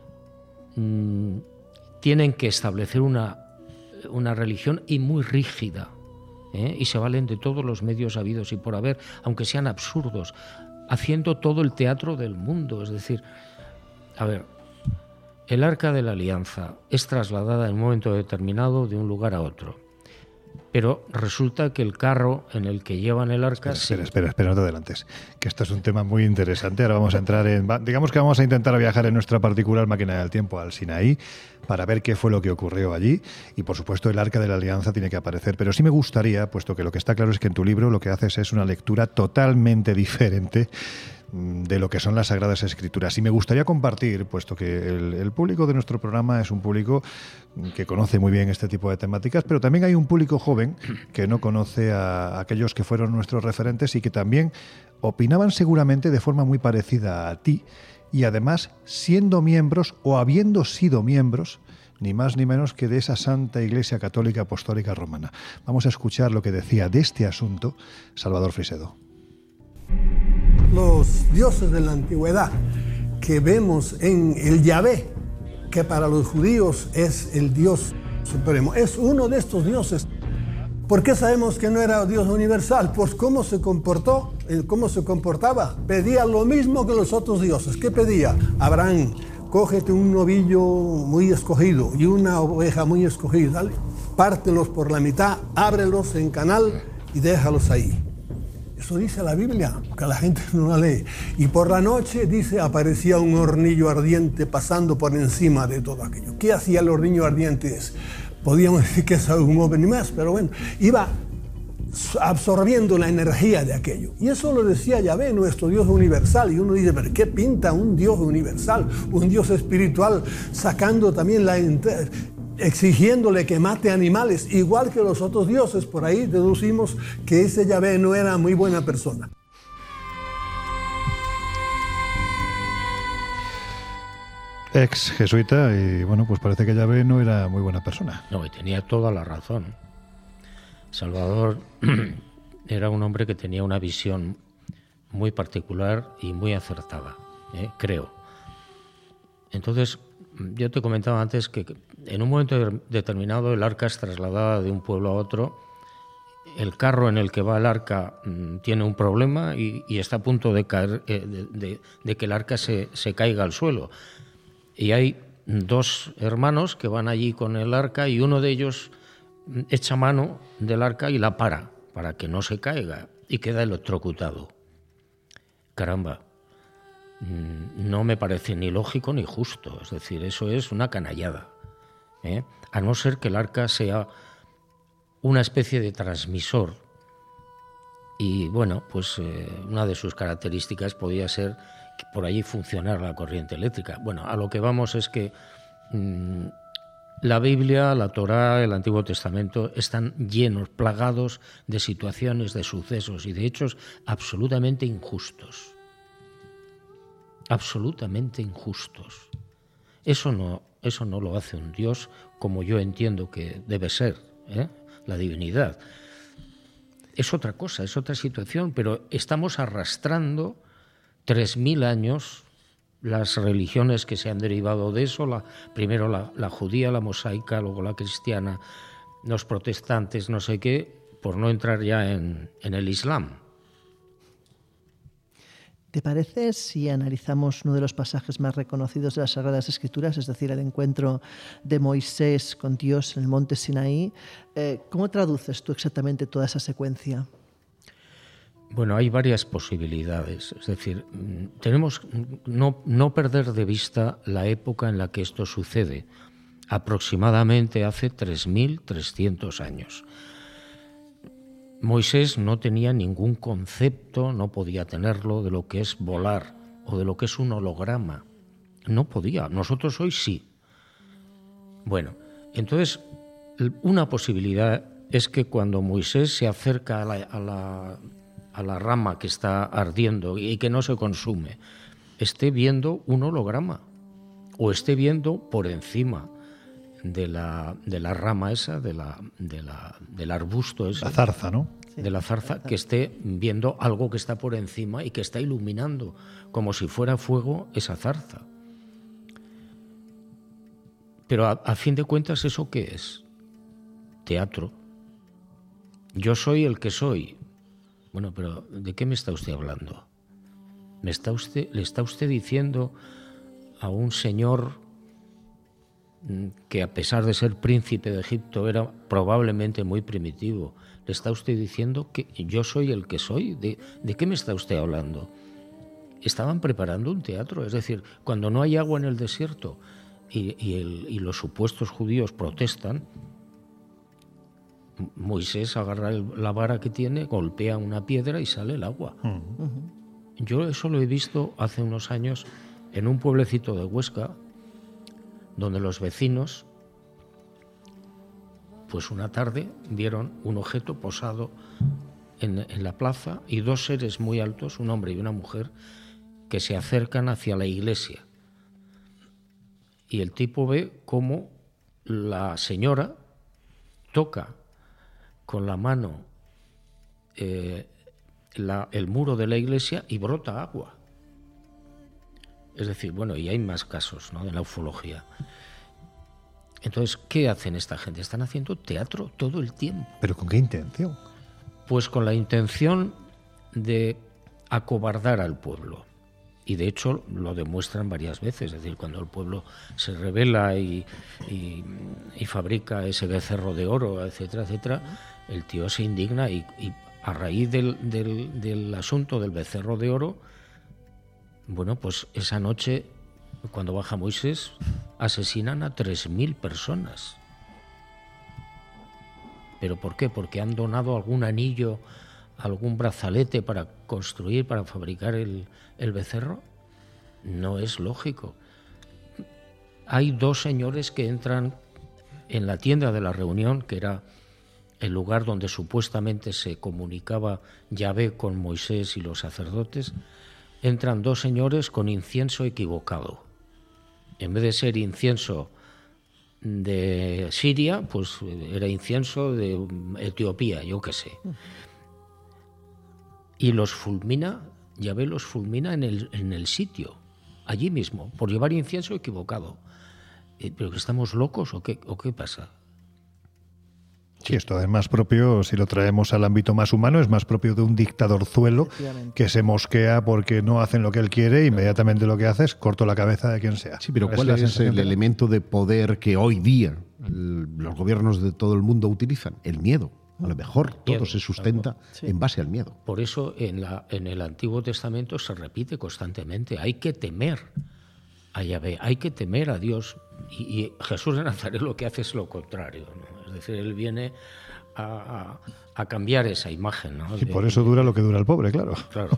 S5: tienen que establecer una religión y muy rígida, y se valen de todos los medios habidos y por haber, aunque sean absurdos. haciendo todo el teatro del mundo. Es decir, a ver, el Arca de la Alianza es trasladada en un momento determinado de un lugar a otro. Pero resulta que el carro en el que llevan el arca...
S3: Espera, no te adelantes, que esto es un tema muy interesante. Ahora vamos a entrar digamos que vamos a intentar viajar en nuestra particular máquina del tiempo al Sinaí para ver qué fue lo que ocurrió allí. Y por supuesto el Arca de la Alianza tiene que aparecer. Pero sí me gustaría, puesto que lo que está claro es que en tu libro lo que haces es una lectura totalmente diferente de lo que son las Sagradas Escrituras. Y me gustaría compartir, puesto que el público de nuestro programa es un público que conoce muy bien este tipo de temáticas, pero también hay un público joven que no conoce a aquellos que fueron nuestros referentes y que también opinaban seguramente de forma muy parecida a ti, y además siendo miembros o habiendo sido miembros ni más ni menos que de esa Santa Iglesia Católica Apostólica Romana. Vamos a escuchar lo que decía de este asunto Salvador Frisedo.
S9: Los dioses de la antigüedad que vemos en el Yahvé, que para los judíos es el Dios supremo, es uno de estos dioses. ¿Por qué sabemos que no era Dios universal? Pues cómo se comportó, cómo se comportaba. Pedía lo mismo que los otros dioses. ¿Qué pedía? Abraham, cógete un novillo muy escogido y una oveja muy escogida, pártelos por la mitad, ábrelos en canal y déjalos ahí. Eso dice la Biblia, que la gente no la lee. Y por la noche, dice, aparecía un hornillo ardiente pasando por encima de todo aquello. ¿Qué hacía el hornillo ardiente? Podríamos decir que es un ovni más, pero bueno, iba absorbiendo la energía de aquello. Y eso lo decía Yahvé, nuestro Dios universal. Y uno dice, ¿pero qué pinta un Dios universal? Un Dios espiritual, sacando también exigiéndole que mate animales, igual que los otros dioses. Por ahí deducimos que ese Yahvé no era muy buena persona.
S3: Ex jesuita, y bueno, pues parece que Yahvé no era muy buena persona.
S5: No, y tenía toda la razón. Salvador era un hombre que tenía una visión muy particular y muy acertada, creo. Entonces, yo te comentaba antes que en un momento determinado el arca es trasladada de un pueblo a otro. El carro en el que va el arca tiene un problema y está a punto de caer, de que el arca se caiga al suelo. Y hay dos hermanos que van allí con el arca y uno de ellos echa mano del arca y la para que no se caiga y queda electrocutado. Caramba. No me parece ni lógico ni justo, es decir, eso es una canallada, a no ser que el arca sea una especie de transmisor y bueno, pues una de sus características podía ser que por allí funcionara la corriente eléctrica. Bueno, a lo que vamos es que la Biblia, la Torá, el Antiguo Testamento están llenos, plagados de situaciones, de sucesos y de hechos absolutamente injustos. Absolutamente injustos. Eso no lo hace un Dios como yo entiendo que debe ser, la divinidad. Es otra cosa, es otra situación, pero estamos arrastrando 3.000 años las religiones que se han derivado de eso, primero la judía, la mosaica, luego la cristiana, los protestantes, no sé qué, por no entrar ya en el Islam.
S4: ¿Te parece si analizamos uno de los pasajes más reconocidos de las Sagradas Escrituras, es decir, el encuentro de Moisés con Dios en el monte Sinaí? ¿Cómo traduces tú exactamente toda esa secuencia?
S5: Bueno, hay varias posibilidades. Es decir, tenemos no perder de vista la época en la que esto sucede, aproximadamente hace 3.300 años. Moisés no tenía ningún concepto, no podía tenerlo, de lo que es volar o de lo que es un holograma. No podía. Nosotros hoy sí. Bueno, entonces, una posibilidad es que cuando Moisés se acerca a la rama que está ardiendo y que no se consume, esté viendo un holograma o esté viendo por encima de la rama esa, del arbusto ese.
S3: La zarza, ¿no?
S5: De la zarza, que esté viendo algo que está por encima y que está iluminando, como si fuera fuego, esa zarza. Pero a fin de cuentas, ¿eso qué es? Teatro. Yo soy el que soy. Bueno, pero ¿de qué me está usted hablando? le está usted diciendo a un señor que, a pesar de ser príncipe de Egipto, era probablemente muy primitivo, le está usted diciendo que yo soy el que soy. ¿De qué me está usted hablando? Estaban preparando un teatro, es decir, cuando no hay agua en el desierto y los supuestos judíos protestan, Moisés agarra la vara que tiene, golpea una piedra y sale el agua. Yo eso lo he visto hace unos años en un pueblecito de Huesca, donde los vecinos, pues una tarde, vieron un objeto posado en la plaza y dos seres muy altos, un hombre y una mujer, que se acercan hacia la iglesia. Y el tipo ve cómo la señora toca con la mano el muro de la iglesia y brota agua. Es decir, bueno, y hay más casos, ¿no?, de la ufología. Entonces, ¿qué hacen esta gente? Están haciendo teatro todo el tiempo.
S3: ¿Pero con qué intención?
S5: Pues con la intención de acobardar al pueblo. Y de hecho lo demuestran varias veces. Es decir, cuando el pueblo se rebela y fabrica ese becerro de oro, etcétera, etcétera, el tío se indigna y a raíz del asunto del becerro de oro, bueno, pues esa noche, cuando baja Moisés, asesinan a 3.000 personas. ¿Pero por qué? Porque han donado algún anillo, algún brazalete para construir, para fabricar el becerro. No es lógico. Hay dos señores que entran en la tienda de la reunión, que era el lugar donde supuestamente se comunicaba Yahvé con Moisés y los sacerdotes. Entran dos señores con incienso equivocado. En vez de ser incienso de Siria, pues era incienso de Etiopía, yo qué sé. Y los fulmina, Yahvé los fulmina en el sitio, allí mismo, por llevar incienso equivocado. ¿Pero que estamos locos o qué pasa?
S3: Sí, esto es más propio, si lo traemos al ámbito más humano, es más propio de un dictadorzuelo que se mosquea porque no hacen lo que él quiere, inmediatamente lo que hace es corto la cabeza de quien sea.
S6: Sí, pero ¿cuál es el elemento de poder que hoy día los gobiernos de todo el mundo utilizan? El miedo. A lo mejor todo se sustenta en base al miedo.
S5: Por eso en el Antiguo Testamento se repite constantemente, hay que temer a Yahvé, hay que temer a Dios. Y Jesús de Nazaret lo que hace es lo contrario, ¿no? Es decir, él viene a cambiar esa imagen, ¿no?
S3: Y por eso dura lo que dura el pobre, claro.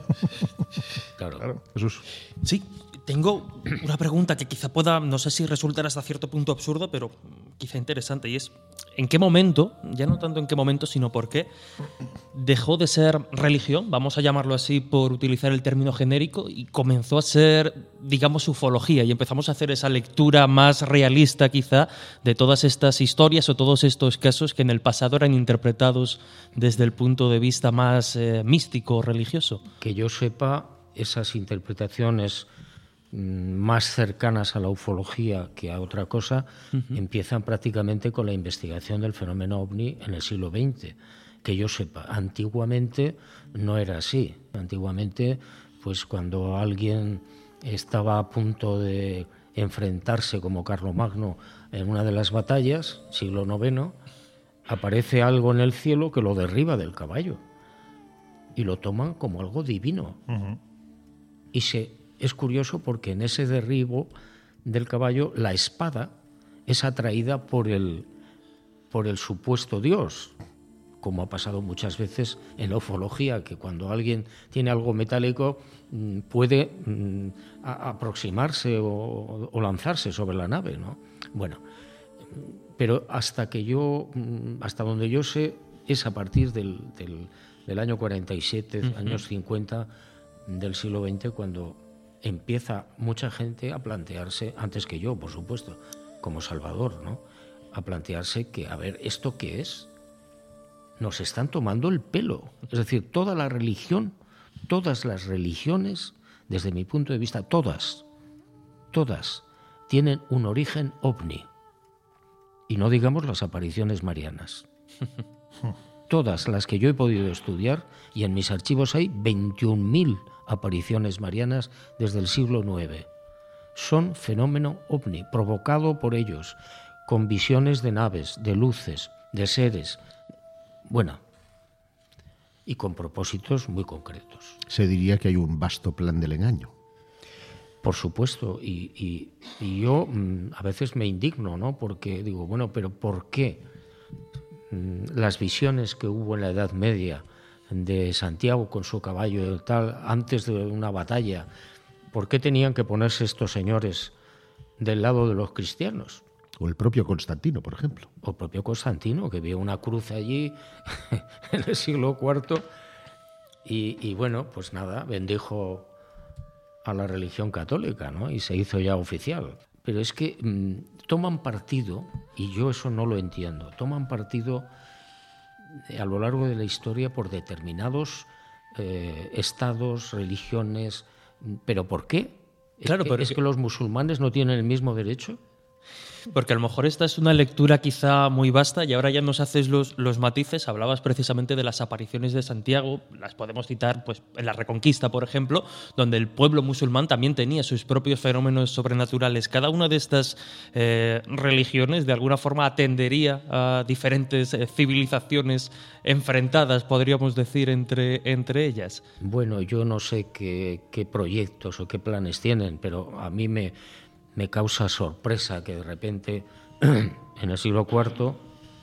S5: Claro.
S3: Jesús.
S7: Sí, tengo una pregunta que quizá pueda, no sé si resultar hasta cierto punto absurda, pero quizá interesante, y es ¿en qué momento, ya no tanto en qué momento, sino por qué, dejó de ser religión, vamos a llamarlo así por utilizar el término genérico, y comenzó a ser, digamos, ufología, y empezamos a hacer esa lectura más realista quizá de todas estas historias o todos estos casos que en el pasado eran interpretados desde el punto de vista más místico o religioso?
S5: Que yo sepa, esas interpretaciones más cercanas a la ufología que a otra cosa, empiezan prácticamente con la investigación del fenómeno ovni en el siglo XX. Que yo sepa, antiguamente no era así. Antiguamente, pues cuando alguien estaba a punto de enfrentarse como Carlomagno en una de las batallas, siglo IX, aparece algo en el cielo que lo derriba del caballo y lo toman como algo divino. Y es curioso porque en ese derribo del caballo la espada es atraída por el supuesto Dios, como ha pasado muchas veces en la ufología, que cuando alguien tiene algo metálico puede aproximarse o lanzarse sobre la nave, ¿no? Bueno, pero hasta donde yo sé, es a partir del año 47, años 50 del siglo XX, cuando empieza mucha gente a plantearse, antes que yo, por supuesto, como Salvador, ¿no?, a plantearse que, a ver, ¿esto qué es? Nos están tomando el pelo. Es decir, toda la religión, todas las religiones, desde mi punto de vista, todas, tienen un origen ovni. Y no digamos las apariciones marianas. todas las que yo he podido estudiar, y en mis archivos hay 21.000 apariciones marianas desde el siglo IX. Son fenómeno ovni, provocado por ellos, con visiones de naves, de luces, de seres, bueno, y con propósitos muy concretos.
S6: Se diría que hay un vasto plan del engaño.
S5: Por supuesto, y yo a veces me indigno, ¿no? Porque digo, bueno, pero ¿por qué las visiones que hubo en la Edad Media de Santiago con su caballo y tal, antes de una batalla, ¿por qué tenían que ponerse estos señores del lado de los cristianos?
S6: O el propio Constantino, por ejemplo.
S5: O el propio Constantino, que vio una cruz allí en el siglo IV y bueno, pues nada, bendijo a la religión católica, ¿no? Y se hizo ya oficial. Pero es que toman partido, y yo eso no lo entiendo, toman partido a lo largo de la historia por determinados estados, religiones. ¿Pero por qué?
S7: Claro,
S5: ¿Es que los musulmanes no tienen el mismo derecho?
S7: Porque a lo mejor esta es una lectura quizá muy vasta y ahora ya nos haces los matices. Hablabas precisamente de las apariciones de Santiago, las podemos citar pues, en la Reconquista, por ejemplo, donde el pueblo musulmán también tenía sus propios fenómenos sobrenaturales. Cada una de estas religiones de alguna forma atendería a diferentes civilizaciones enfrentadas, podríamos decir, entre ellas.
S5: Bueno, yo no sé qué proyectos o qué planes tienen, pero a mí me causa sorpresa que de repente, en el siglo IV,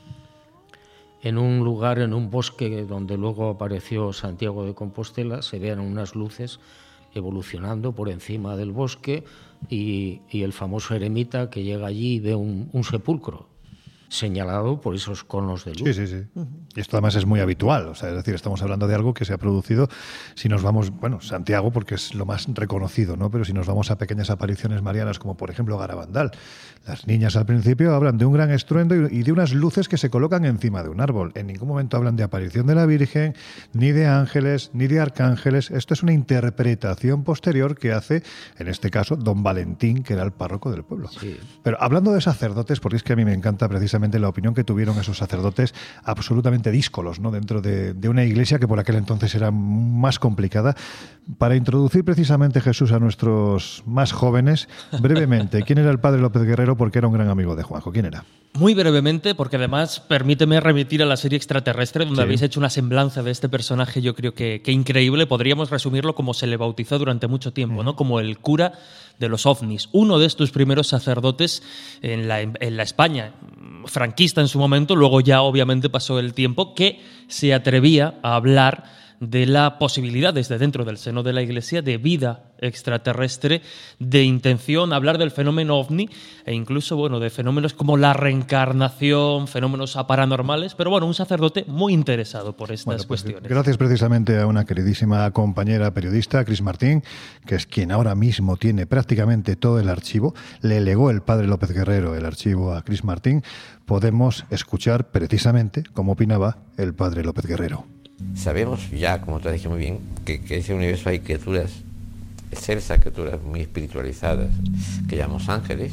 S5: en un lugar, en un bosque donde luego apareció Santiago de Compostela, se vean unas luces evolucionando por encima del bosque y el famoso eremita que llega allí y ve un sepulcro señalado por esos conos de luz.
S3: Sí. Y esto además es muy habitual, o sea, es decir, estamos hablando de algo que se ha producido, si nos vamos, bueno, Santiago porque es lo más reconocido, ¿no? Pero si nos vamos a pequeñas apariciones marianas como por ejemplo Garabandal, las niñas al principio hablan de un gran estruendo y de unas luces que se colocan encima de un árbol. En ningún momento hablan de aparición de la Virgen, ni de ángeles, ni de arcángeles. Esto es una interpretación posterior que hace, en este caso, don Valentín, que era el párroco del pueblo. Sí. Pero hablando de sacerdotes, porque es que a mí me encanta precisamente la opinión que tuvieron esos sacerdotes absolutamente díscolos, ¿no? Dentro de una iglesia que por aquel entonces era más complicada. Para introducir precisamente Jesús a nuestros más jóvenes, brevemente, ¿quién era el padre López Guerrero? Porque era un gran amigo de Juanjo. ¿Quién era?
S7: Muy brevemente, porque además permíteme remitir a la serie Extraterrestre, donde habéis hecho una semblanza de este personaje, yo creo que increíble. Podríamos resumirlo como se le bautizó durante mucho tiempo, ¿no? Como el cura de los ovnis. Uno de estos primeros sacerdotes en la España franquista en su momento, luego ya obviamente pasó el tiempo, que se atrevía a hablar de la posibilidad desde dentro del seno de la Iglesia de vida extraterrestre, de intención, hablar del fenómeno ovni e incluso bueno, de fenómenos como la reencarnación, fenómenos paranormales, pero bueno, un sacerdote muy interesado por estas cuestiones.
S3: Gracias precisamente a una queridísima compañera periodista, Cris Martín, que es quien ahora mismo tiene prácticamente todo el archivo. Le legó el padre López Guerrero el archivo a Cris Martín. Podemos escuchar precisamente cómo opinaba el padre López Guerrero.
S10: Sabemos ya, como te dije muy bien, que en ese universo hay criaturas, excelsas criaturas muy espiritualizadas, que llamamos ángeles,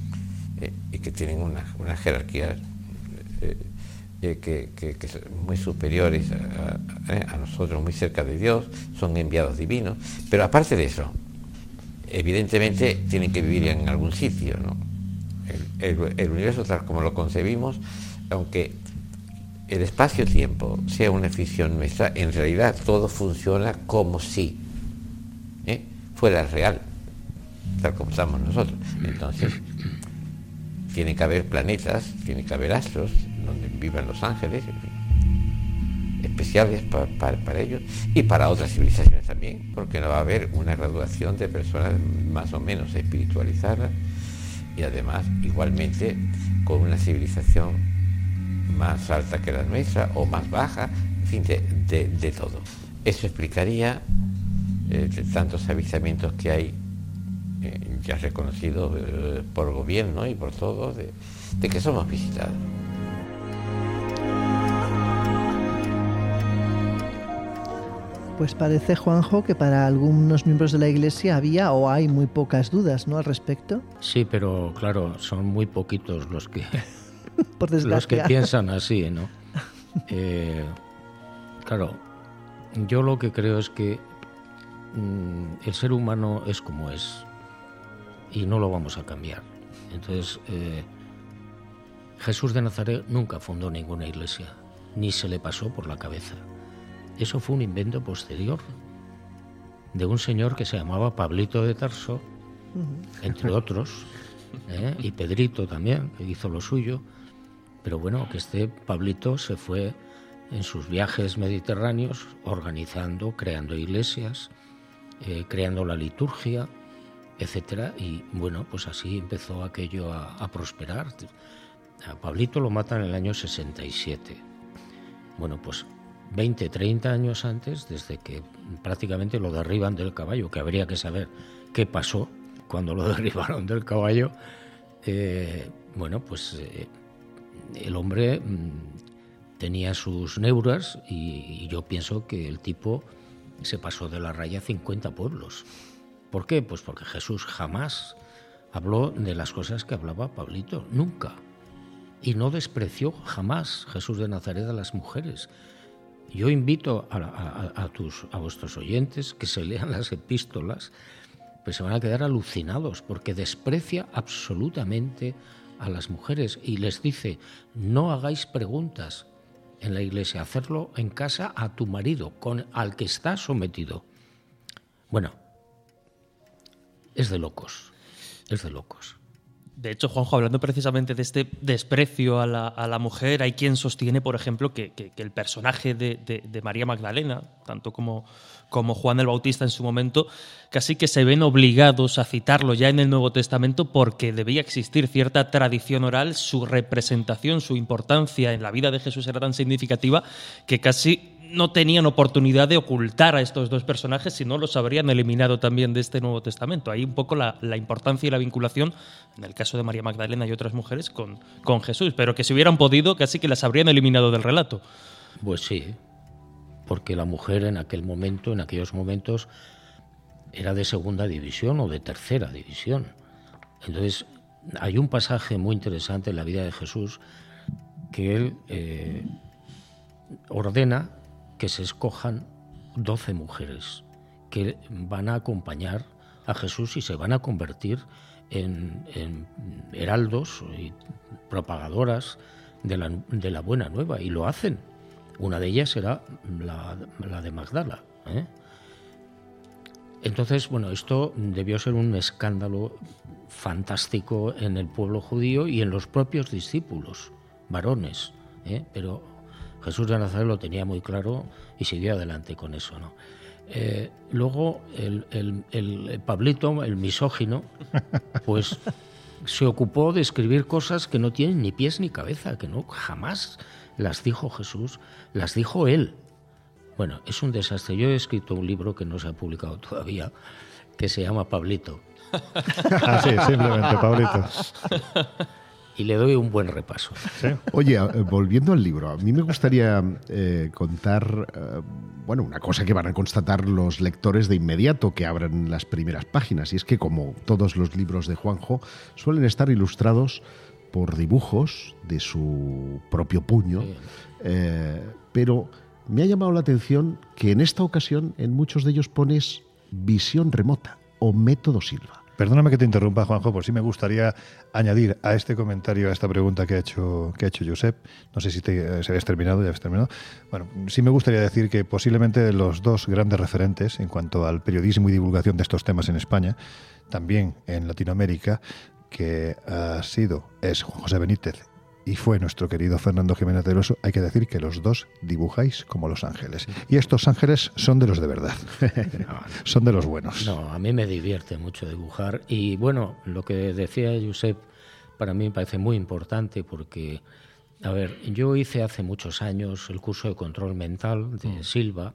S10: y que tienen una jerarquía que son muy superiores a nosotros, muy cerca de Dios, son enviados divinos. Pero aparte de eso, evidentemente tienen que vivir en algún sitio, ¿no? El universo tal como lo concebimos, aunque el espacio-tiempo sea una ficción nuestra, en realidad todo funciona como si fuera real, tal como estamos nosotros. Entonces, tiene que haber planetas, tiene que haber astros donde vivan los ángeles, en fin, especiales para ellos y para otras civilizaciones también, porque no va a haber una graduación de personas más o menos espiritualizadas y además igualmente con una civilización más alta que la nuestra o más baja, en fin, de todo. Eso explicaría tantos avistamientos que hay ya reconocidos por el gobierno y por todos de que somos visitados.
S4: Pues parece, Juanjo, que para algunos miembros de la Iglesia había o hay muy pocas dudas, ¿no?, al respecto.
S5: Sí, pero claro, son muy poquitos los que
S4: por desgracia.
S5: Los que piensan así, ¿no? Claro, yo lo que creo es que el ser humano es como es y no lo vamos a cambiar. Entonces, Jesús de Nazaret nunca fundó ninguna iglesia, ni se le pasó por la cabeza. Eso fue un invento posterior de un señor que se llamaba Pablito de Tarso, entre otros, y Pedrito también, que hizo lo suyo. Pero bueno, que este Pablito se fue en sus viajes mediterráneos organizando, creando iglesias, creando la liturgia, etcétera, y bueno, pues así empezó aquello a prosperar. A Pablito lo matan en el año 67. Bueno, pues 20, 30 años antes, desde que prácticamente lo derriban del caballo, que habría que saber qué pasó cuando lo derribaron del caballo, bueno, pues el hombre tenía sus neuras y yo pienso que el tipo se pasó de la raya 50 pueblos. ¿Por qué? Pues porque Jesús jamás habló de las cosas que hablaba Pablito, nunca. Y no despreció jamás Jesús de Nazaret a las mujeres. Yo invito a vuestros oyentes que se lean las epístolas, pues se van a quedar alucinados, porque desprecia absolutamente a las mujeres y les dice: no hagáis preguntas en la iglesia, hacerlo en casa a tu marido, al que está sometido. Bueno, es de locos, es de locos.
S7: De hecho, Juanjo, hablando precisamente de este desprecio a la mujer, hay quien sostiene, por ejemplo, que el personaje de María Magdalena, tanto como Juan el Bautista en su momento, casi que se ven obligados a citarlo ya en el Nuevo Testamento porque debía existir cierta tradición oral, su representación, su importancia en la vida de Jesús era tan significativa que casi no tenían oportunidad de ocultar a estos dos personajes, si no los habrían eliminado también de este Nuevo Testamento. Ahí un poco la importancia y la vinculación, en el caso de María Magdalena y otras mujeres, con Jesús, pero que si hubieran podido casi que las habrían eliminado del relato.
S5: Pues sí, porque la mujer en aquellos momentos, era de segunda división o de tercera división. Entonces, hay un pasaje muy interesante en la vida de Jesús que él ordena que se escojan 12 mujeres que van a acompañar a Jesús y se van a convertir en heraldos y propagadoras de la buena nueva, y lo hacen. Una de ellas era la de Magdala. Entonces, bueno, esto debió ser un escándalo fantástico en el pueblo judío y en los propios discípulos, varones, pero Jesús de Nazaret lo tenía muy claro y siguió adelante con eso, ¿no? Luego el Pablito, el misógino, pues se ocupó de escribir cosas que no tienen ni pies ni cabeza, que no jamás las dijo Jesús, las dijo él. Bueno, es un desastre. Yo he escrito un libro que no se ha publicado todavía, que se llama Pablito.
S3: Así, simplemente Pablito.
S5: Y le doy un buen repaso.
S6: ¿Sí? Oye, volviendo al libro, a mí me gustaría contar una cosa que van a constatar los lectores de inmediato que abran las primeras páginas, y es que, como todos los libros de Juanjo, suelen estar ilustrados por dibujos de su propio puño, pero me ha llamado la atención que en esta ocasión en muchos de ellos pones visión remota o método Silva.
S3: Perdóname que te interrumpa, Juanjo, por sí me gustaría añadir a este comentario, a esta pregunta que ha hecho Josep. No sé si se habías terminado, ya habías terminado. Bueno, sí me gustaría decir que posiblemente los dos grandes referentes en cuanto al periodismo y divulgación de estos temas en España, también en Latinoamérica, que es Juan José Benítez y fue nuestro querido Fernando Jiménez del Oso. Hay que decir que los dos dibujáis como los ángeles. Y estos ángeles son de los de verdad. Son de los buenos.
S5: No, a mí me divierte mucho dibujar. Y bueno, lo que decía Josep, para mí me parece muy importante porque, a ver, yo hice hace muchos años el curso de control mental de Silva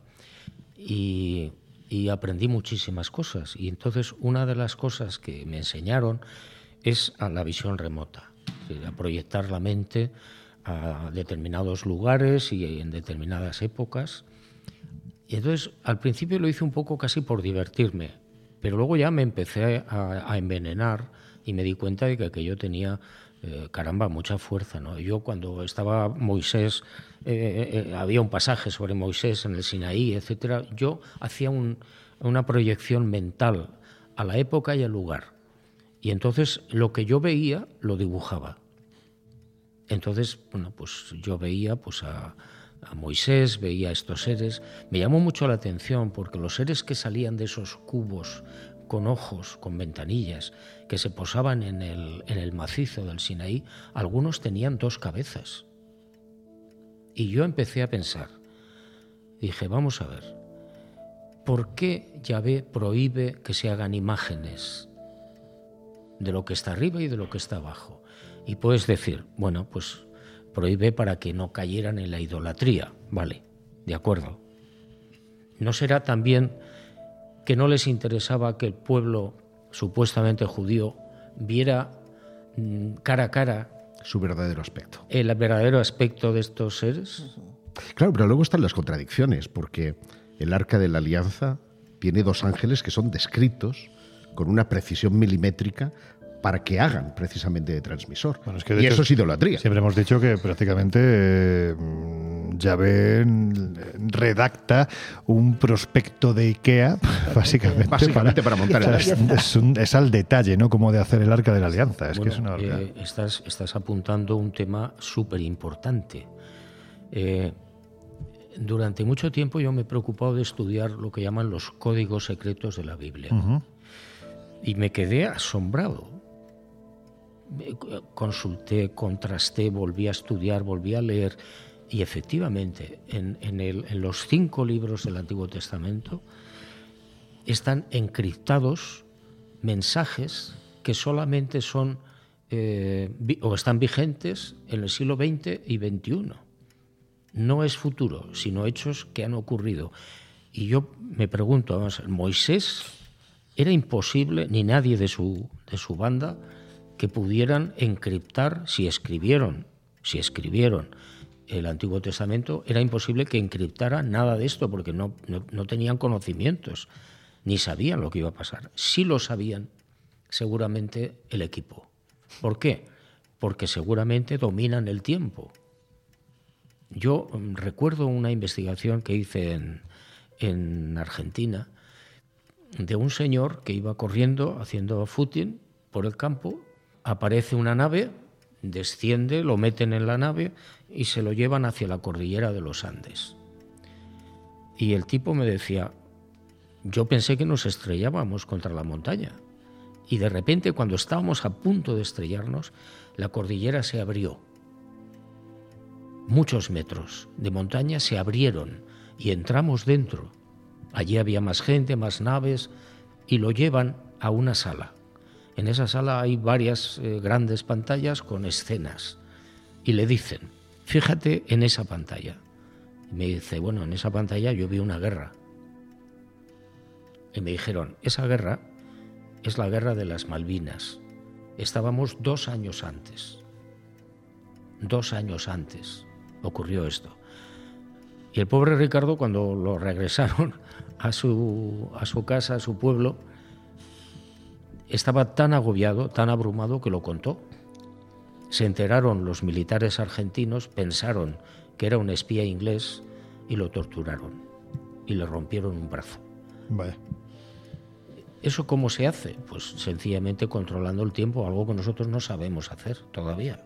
S5: y aprendí muchísimas cosas. Y entonces una de las cosas que me enseñaron es a la visión remota. A proyectar la mente a determinados lugares y en determinadas épocas. Y entonces, al principio lo hice un poco casi por divertirme, pero luego ya me empecé a envenenar y me di cuenta de que aquello tenía caramba, mucha fuerza, ¿no? Yo cuando estaba Moisés, había un pasaje sobre Moisés en el Sinaí, etcétera. Yo hacía una proyección mental a la época y al lugar. Y entonces lo que yo veía lo dibujaba. Entonces, bueno, pues yo veía pues a Moisés, veía a estos seres. Me llamó mucho la atención porque los seres que salían de esos cubos con ojos, con ventanillas, que se posaban en el macizo del Sinaí, algunos tenían 2 cabezas. Y yo empecé a pensar, dije, vamos a ver, ¿por qué Yahvé prohíbe que se hagan imágenes de lo que está arriba y de lo que está abajo? Y puedes decir, bueno, pues prohíbe para que no cayeran en la idolatría. Vale, de acuerdo. ¿No será también que no les interesaba que el pueblo supuestamente judío viera cara a cara
S6: su verdadero aspecto?
S5: El verdadero aspecto de estos seres.
S6: Claro, pero luego están las contradicciones, porque el Arca de la Alianza tiene 2 ángeles que son descritos con una precisión milimétrica para que hagan precisamente de transmisor. Bueno, es que de hecho, eso es idolatría.
S3: Siempre hemos dicho que prácticamente Yahvé redacta un prospecto de IKEA, básicamente
S6: para montar el arca.
S3: Es al detalle, ¿no? Como de hacer el Arca de la Alianza. Es
S5: bueno,
S3: que es una verdad.
S5: Estás apuntando un tema súper importante. Durante mucho tiempo yo me he preocupado de estudiar lo que llaman los códigos secretos de la Biblia. Uh-huh. Y me quedé asombrado. Consulté, contrasté, volví a estudiar, volví a leer, y efectivamente en los 5 libros del Antiguo Testamento están encriptados mensajes que solamente son o están vigentes en el siglo XX y XXI. No es futuro, sino hechos que han ocurrido. Y yo me pregunto, vamos, Moisés era imposible, ni nadie de su banda, que pudieran encriptar, si escribieron el Antiguo Testamento, era imposible que encriptara nada de esto, porque no tenían conocimientos, ni sabían lo que iba a pasar. Sí lo sabían, seguramente, el equipo. ¿Por qué? Porque seguramente dominan el tiempo. Yo recuerdo una investigación que hice en Argentina de un señor que iba corriendo, haciendo footing por el campo. Aparece una nave, desciende, lo meten en la nave y se lo llevan hacia la cordillera de los Andes. Y el tipo me decía, yo pensé que nos estrellábamos contra la montaña. Y de repente, cuando estábamos a punto de estrellarnos, la cordillera se abrió. Muchos metros de montaña se abrieron y entramos dentro. Allí había más gente, más naves, y lo llevan a una sala. En esa sala hay varias grandes pantallas con escenas. Y le dicen, fíjate en esa pantalla. Y me dice, bueno, en esa pantalla yo vi una guerra. Y me dijeron, esa guerra es la guerra de las Malvinas. Estábamos 2 años antes. 2 años antes ocurrió esto. Y el pobre Ricardo, cuando lo regresaron a su casa, a su pueblo, estaba tan agobiado, tan abrumado, que lo contó. Se enteraron los militares argentinos, pensaron que era un espía inglés y lo torturaron y le rompieron un brazo.
S3: Vale.
S5: ¿Eso cómo se hace? Pues sencillamente controlando el tiempo, algo que nosotros no sabemos hacer todavía.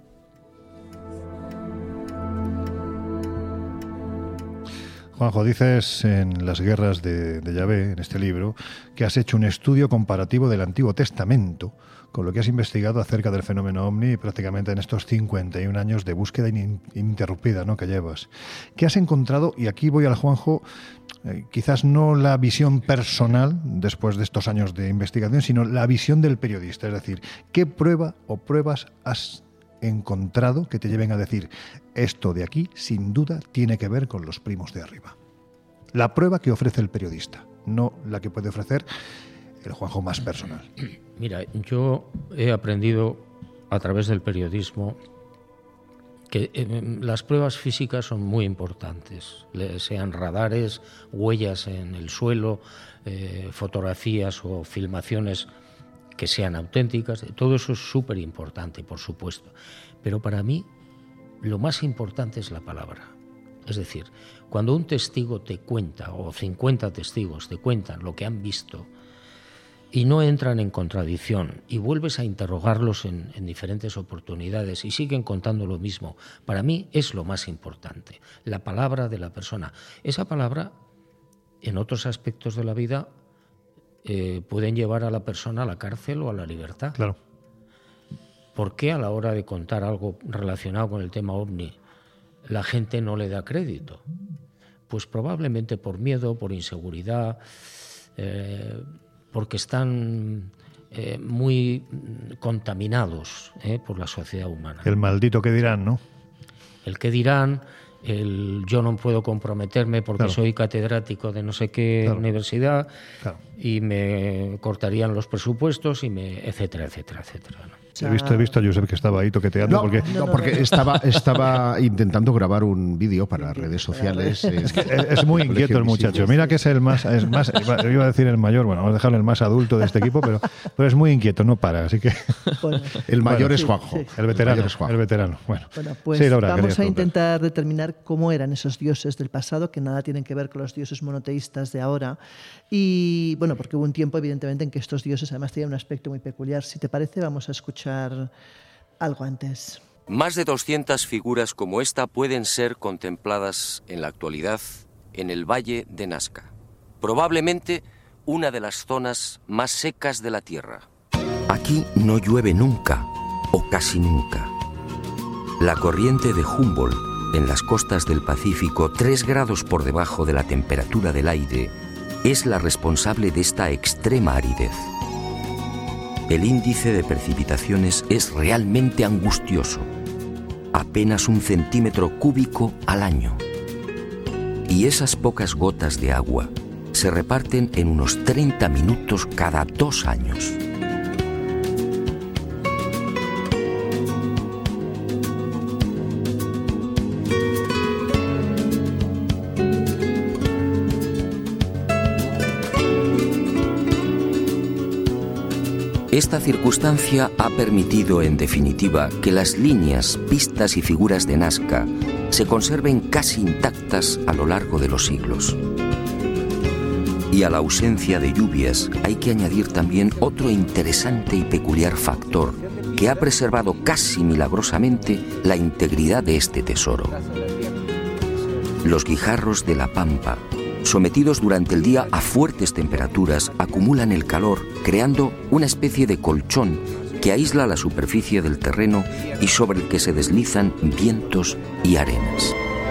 S3: Juanjo, dices en Las guerras de Yahvé, en este libro, que has hecho un estudio comparativo del Antiguo Testamento con lo que has investigado acerca del fenómeno ovni prácticamente en estos 51 años de búsqueda ininterrumpida, ¿no?, que llevas. ¿Qué has encontrado? Y aquí voy al Juanjo, quizás no la visión personal después de estos años de investigación, sino la visión del periodista. Es decir, ¿qué prueba o pruebas has encontrado que te lleven a decir esto de aquí sin duda tiene que ver con los primos de arriba? La prueba que ofrece el periodista, no la que puede ofrecer el Juanjo más personal.
S5: Mira, yo he aprendido a través del periodismo que las pruebas físicas son muy importantes, sean radares, huellas en el suelo, fotografías o filmaciones que sean auténticas. Todo eso es súper importante, por supuesto. Pero para mí lo más importante es la palabra. Es decir, cuando un testigo te cuenta, o 50 testigos te cuentan lo que han visto y no entran en contradicción y vuelves a interrogarlos en diferentes oportunidades y siguen contando lo mismo, para mí es lo más importante, la palabra de la persona. Esa palabra, en otros aspectos de la vida, pueden llevar a la persona a la cárcel o a la libertad.
S3: Claro.
S5: ¿Por qué a la hora de contar algo relacionado con el tema OVNI la gente no le da crédito? Pues probablemente por miedo, por inseguridad, porque están muy contaminados por la sociedad humana.
S3: El maldito que dirán, ¿no?
S5: El que dirán, el yo no puedo comprometerme porque soy catedrático de no sé qué universidad y me cortarían los presupuestos y etcétera, etcétera, etcétera, ¿no?
S3: He visto a Josep que estaba ahí toqueteando.
S6: Porque estaba intentando grabar un vídeo para las redes sociales.
S3: Es muy inquieto el muchacho. Mira que es el más, yo iba a decir el mayor, bueno, vamos a dejarlo el más adulto de este equipo, pero es muy inquieto, no para, así que...
S9: Bueno,
S6: el mayor es Juanjo.
S9: Sí.
S3: El veterano. Bueno,
S4: pues
S3: sí, Laura,
S4: vamos a intentar determinar cómo eran esos dioses del pasado, que nada tienen que ver con los dioses monoteístas de ahora. Y bueno, porque hubo un tiempo, evidentemente, en que estos dioses además tenían un aspecto muy peculiar. Si te parece, vamos a escuchar algo antes.
S11: Más de 200 figuras como esta pueden ser contempladas en la actualidad en el Valle de Nazca, probablemente una de las zonas más secas de la Tierra. Aquí no llueve nunca, o casi nunca. La corriente de Humboldt en las costas del Pacífico, 3 grados por debajo de la temperatura del aire, es la responsable de esta extrema aridez. El índice de precipitaciones es realmente angustioso, apenas 1 centímetro cúbico al año. Y esas pocas gotas de agua se reparten en unos 30 minutos cada 2 años. Esta circunstancia ha permitido, en definitiva, que las líneas, pistas y figuras de Nazca se conserven casi intactas a lo largo de los siglos. Y a la ausencia de lluvias hay que añadir también otro interesante y peculiar factor que ha preservado casi milagrosamente la integridad de este tesoro. Los guijarros de la pampa, sometidos durante el día a fuertes temperaturas, acumulan el calor, creando una especie de colchón que aísla la superficie del terreno y sobre el que se deslizan vientos y arenas.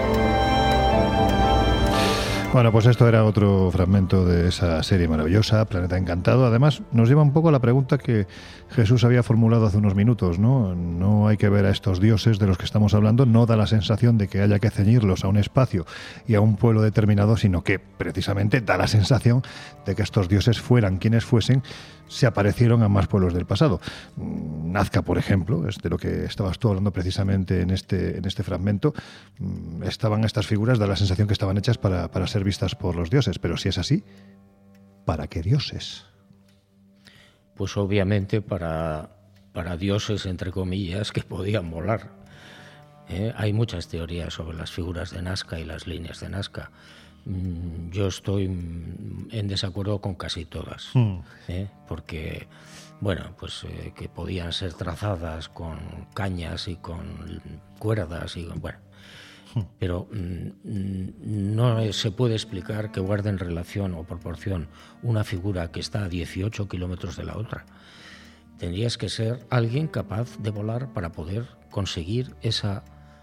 S3: Bueno, pues esto era otro fragmento de esa serie maravillosa, Planeta Encantado. Además, nos lleva un poco a la pregunta que Jesús había formulado hace unos minutos, ¿no? No hay que ver a estos dioses de los que estamos hablando, no da la sensación de que haya que ceñirlos a un espacio y a un pueblo determinado, sino que precisamente da la sensación de que estos dioses, fueran quienes fuesen, se aparecieron a más pueblos del pasado. Nazca, por ejemplo, es de lo que estabas tú hablando precisamente en este fragmento. Estaban estas figuras, da la sensación que estaban hechas para ser vistas por los dioses, pero si es así, ¿para qué dioses?
S5: Pues obviamente para dioses, entre comillas, que podían volar. Hay muchas teorías sobre las figuras de Nazca y las líneas de Nazca. Yo estoy en desacuerdo con casi todas, porque, bueno, pues que podían ser trazadas con cañas y con cuerdas y bueno, pero no se puede explicar que guarden relación o proporción una figura que está a 18 kilómetros de la otra. Tendrías que ser alguien capaz de volar para poder conseguir esa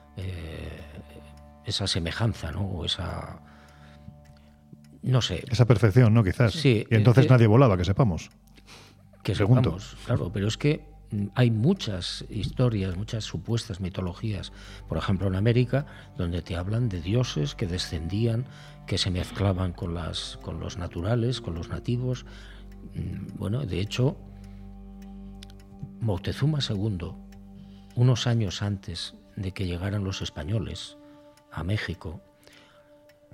S5: semejanza, ¿no? O esa... No sé.
S3: Esa perfección, ¿no? Quizás.
S5: Sí.
S3: Y entonces nadie volaba, que sepamos.
S5: Que sepamos, claro. Pero es que hay muchas historias, muchas supuestas mitologías, por ejemplo en América, donde te hablan de dioses que descendían, que se mezclaban con los naturales, con los nativos. Bueno, de hecho, Moctezuma II, unos años antes de que llegaran los españoles a México,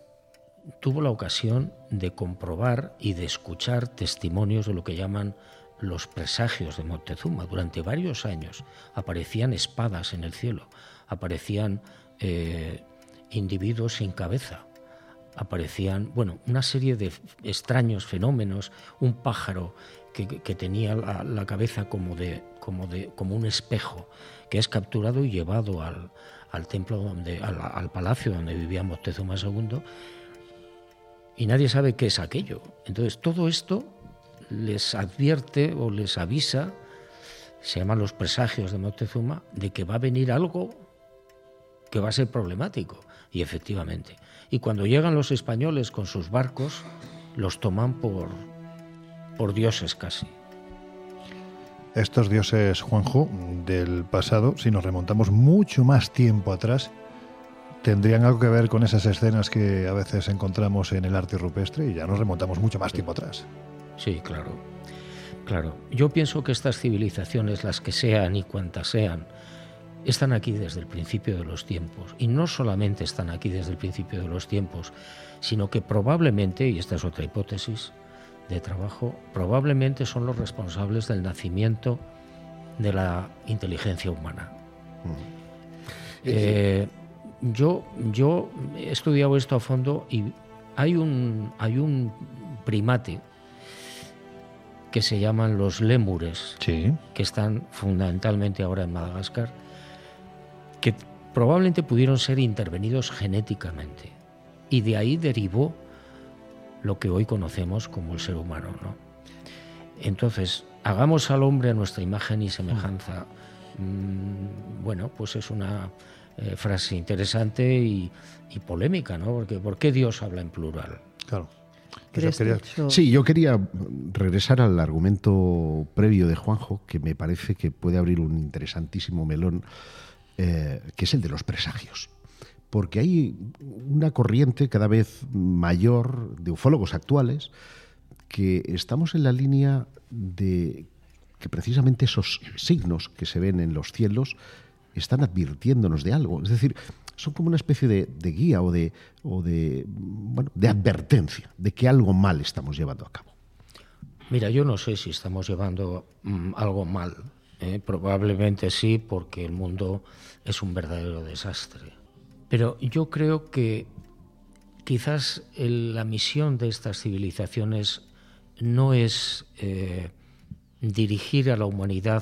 S5: tuvo la ocasión de comprobar y de escuchar testimonios de lo que llaman los presagios de Moctezuma. Durante varios años aparecían espadas en el cielo, aparecían individuos sin cabeza, aparecían, bueno, una serie de extraños fenómenos, un pájaro que tenía la cabeza como un espejo, que es capturado y llevado al templo al palacio donde vivía Moctezuma II, y nadie sabe qué es aquello. Entonces todo esto les advierte o les avisa, se llaman los presagios de Moctezuma, de que va a venir algo que va a ser problemático. Y efectivamente. Y cuando llegan los españoles con sus barcos, los toman por dioses casi.
S3: Estos dioses, Juanjo, del pasado, si nos remontamos mucho más tiempo atrás, tendrían algo que ver con esas escenas que a veces encontramos en el arte rupestre, y ya nos remontamos mucho más tiempo atrás.
S5: Sí, claro. Claro. Yo pienso que estas civilizaciones, las que sean y cuantas sean, están aquí desde el principio de los tiempos. Y no solamente están aquí desde el principio de los tiempos, sino que probablemente, y esta es otra hipótesis de trabajo, probablemente son los responsables del nacimiento de la inteligencia humana. Yo he estudiado esto a fondo y hay un primate que se llaman los lémures,
S3: sí,
S5: que están fundamentalmente ahora en Madagascar, que probablemente pudieron ser intervenidos genéticamente, y de ahí derivó lo que hoy conocemos como el ser humano, ¿no? Entonces, hagamos al hombre a nuestra imagen y semejanza. Bueno, pues es una frase interesante y polémica, ¿no? Porque ¿por qué Dios habla en plural?
S3: Claro.
S6: Sí, yo quería regresar al argumento previo de Juanjo, que me parece que puede abrir un interesantísimo melón, que es el de los presagios. Porque hay una corriente cada vez mayor de ufólogos actuales que estamos en la línea de que precisamente esos signos que se ven en los cielos están advirtiéndonos de algo. Es decir, son como una especie de guía o de advertencia de que algo mal estamos llevando a cabo.
S5: Mira, yo no sé si estamos llevando algo mal. Probablemente sí, porque el mundo es un verdadero desastre. Pero yo creo que quizás la misión de estas civilizaciones no es dirigir a la humanidad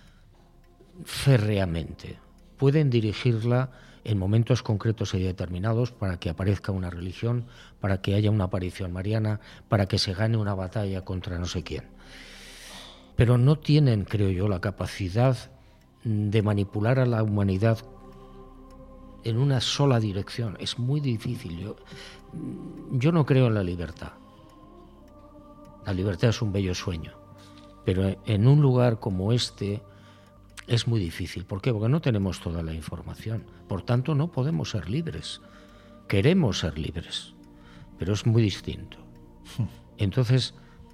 S5: férreamente. Pueden dirigirla en momentos concretos y determinados para que aparezca una religión, para que haya una aparición mariana, para que se gane una batalla contra no sé quién. Pero no tienen, creo yo, la capacidad de manipular a la humanidad en una sola dirección. Es muy difícil. Yo no creo en la libertad. La libertad es un bello sueño. Pero en un lugar como este es muy difícil. ¿Por qué? Porque no tenemos toda la información. Por tanto, no podemos ser libres. Queremos ser libres, pero es muy distinto. Entonces,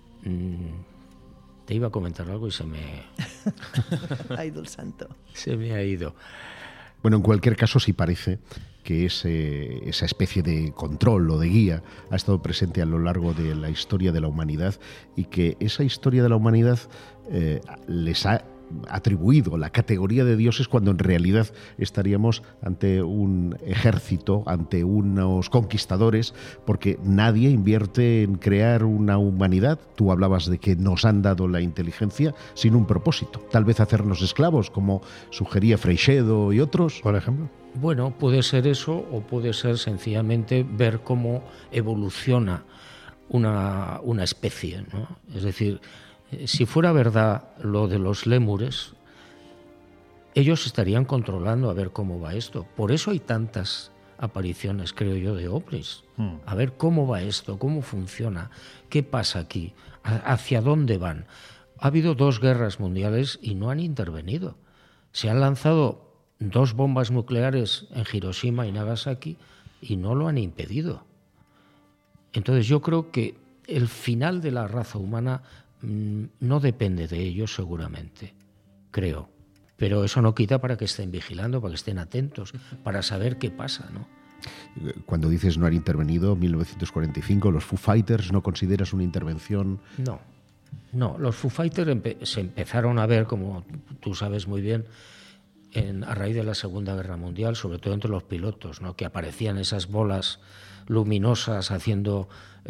S5: te iba a comentar algo y se me...
S4: Ha ido el santo.
S5: Se me ha ido.
S6: Bueno, en cualquier caso sí parece que esa especie de control o de guía ha estado presente a lo largo de la historia de la humanidad, y que esa historia de la humanidad les ha atribuido la categoría de dioses cuando en realidad estaríamos ante un ejército, ante unos conquistadores, porque nadie invierte en crear una humanidad. Tú hablabas de que nos han dado la inteligencia sin un propósito, tal vez hacernos esclavos, como sugería Freixedo y otros, por ejemplo.
S5: Bueno, puede ser eso, o puede ser sencillamente ver cómo evoluciona una especie, ¿no? Es decir, si fuera verdad lo de los lémures, ellos estarían controlando a ver cómo va esto. Por eso hay tantas apariciones, creo yo, de ovnis. A ver cómo va esto, cómo funciona, qué pasa aquí, hacia dónde van. Ha habido 2 guerras mundiales y no han intervenido. Se han lanzado 2 bombas nucleares en Hiroshima y Nagasaki y no lo han impedido. Entonces yo creo que el final de la raza humana no depende de ellos, seguramente, creo. Pero eso no quita para que estén vigilando, para que estén atentos, para saber qué pasa, ¿no?
S6: Cuando dices no han intervenido, 1945, los Foo Fighters, ¿no consideras una intervención?
S5: No, los Foo Fighters se empezaron a ver, como tú sabes muy bien, a raíz de la Segunda Guerra Mundial, sobre todo entre los pilotos, ¿no? Que aparecían esas bolas luminosas haciendo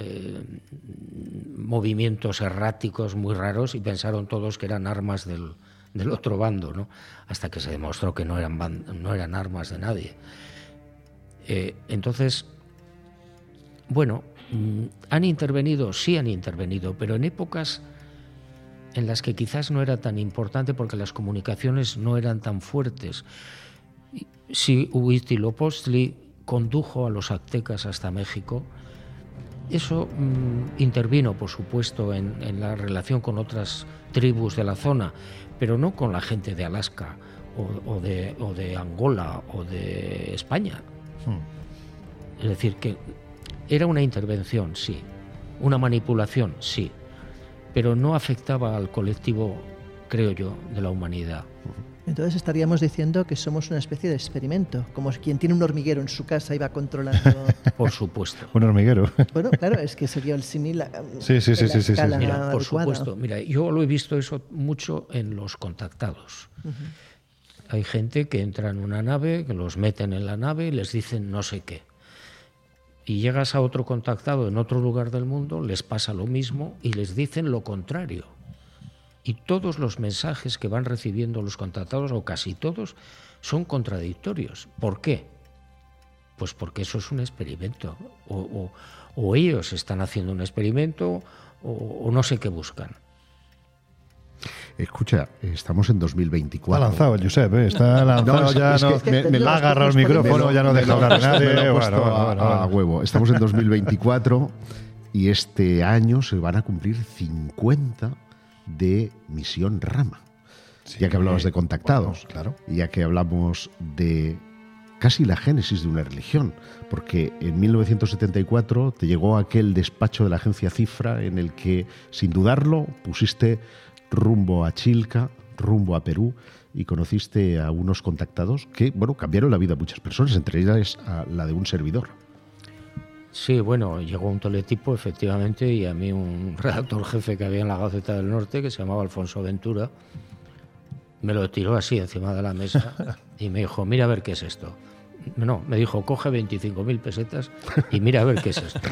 S5: movimientos erráticos muy raros y pensaron todos que eran armas del otro bando, ¿no? Hasta que se demostró que no eran armas de nadie. Entonces, bueno, han intervenido, pero en épocas en las que quizás no era tan importante porque las comunicaciones no eran tan fuertes. Si Huitzilopochtli condujo a los aztecas hasta México, eso intervino, por supuesto, en la relación con otras tribus de la zona, pero no con la gente de Alaska o de Angola o de España. Es decir, que era una intervención, sí, una manipulación, sí, pero no afectaba al colectivo, creo yo, de la humanidad.
S4: Entonces estaríamos diciendo que somos una especie de experimento, como quien tiene un hormiguero en su casa y va controlando.
S5: Por supuesto.
S3: Un hormiguero.
S4: Bueno, claro, es que sería el símil.
S3: Sí.
S5: Mira, por supuesto. Mira, yo lo he visto eso mucho en los contactados. Uh-huh. Hay gente que entra en una nave, que los meten en la nave y les dicen no sé qué. Y llegas a otro contactado en otro lugar del mundo, les pasa lo mismo y les dicen lo contrario. Y todos los mensajes que van recibiendo los contactados, o casi todos, son contradictorios. ¿Por qué? Pues porque eso es un experimento. O ellos están haciendo un experimento o no sé qué buscan.
S6: Escucha, estamos en 2024.
S3: Está lanzado el Josep, Está lanzado, me ha agarrado el micrófono, ya no deja hablar a nadie.
S6: A huevo. Estamos en 2024 y este año se van a cumplir 50 de Misión Rama. Sí, ya que hablabas de contactados,
S3: claro.
S6: Y ya que hablamos de casi la génesis de una religión, porque en 1974 te llegó aquel despacho de la agencia Cifra en el que, sin dudarlo, pusiste rumbo a Chilca, rumbo a Perú, y conociste a unos contactados que, bueno, cambiaron la vida de muchas personas, entre ellas a la de un servidor.
S5: Sí, bueno, llegó un teletipo, efectivamente, y a mí un redactor jefe que había en la Gaceta del Norte, que se llamaba Alfonso Ventura, me lo tiró así encima de la mesa y me dijo, mira a ver qué es esto. No, me dijo, coge 25.000 pesetas y mira a ver qué es esto.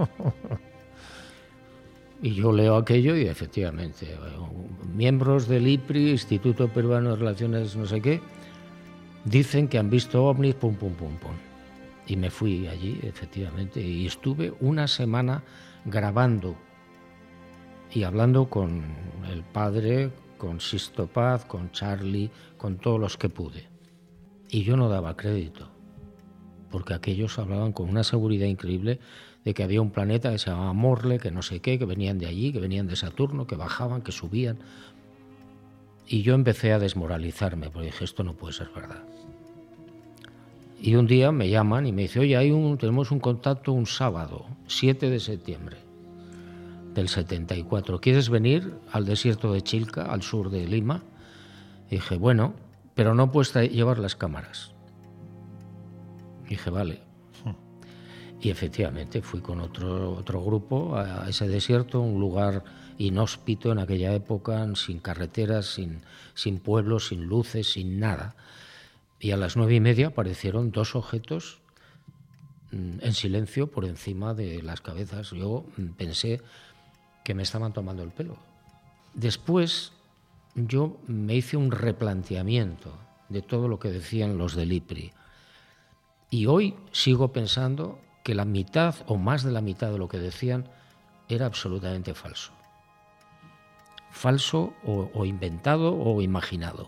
S5: Y yo leo aquello y efectivamente, miembros del IPRI, Instituto Peruano de Relaciones no sé qué, dicen que han visto ovnis, pum, pum, pum, pum. Y me fui allí, efectivamente, y estuve una semana grabando y hablando con el padre, con Sisto Paz, con Charlie, con todos los que pude. Y yo no daba crédito, porque aquellos hablaban con una seguridad increíble de que había un planeta que se llamaba Morle, que no sé qué, que venían de allí, que venían de Saturno, que bajaban, que subían. Y yo empecé a desmoralizarme, porque dije, esto no puede ser verdad. Y un día me llaman y me dicen, oye, tenemos un contacto un sábado, 7 de septiembre del 74. ¿Quieres venir al desierto de Chilca, al sur de Lima? Y dije, bueno, pero no puedes llevar las cámaras. Y dije, vale. Y efectivamente fui con otro grupo a ese desierto, un lugar inhóspito en aquella época, sin carreteras, sin pueblos, sin luces, sin nada. Y a las 9:30 aparecieron 2 objetos en silencio por encima de las cabezas. Yo pensé que me estaban tomando el pelo. Después yo me hice un replanteamiento de todo lo que decían los del IPRI. Y hoy sigo pensando que la mitad o más de la mitad de lo que decían era absolutamente falso. Falso o inventado o imaginado.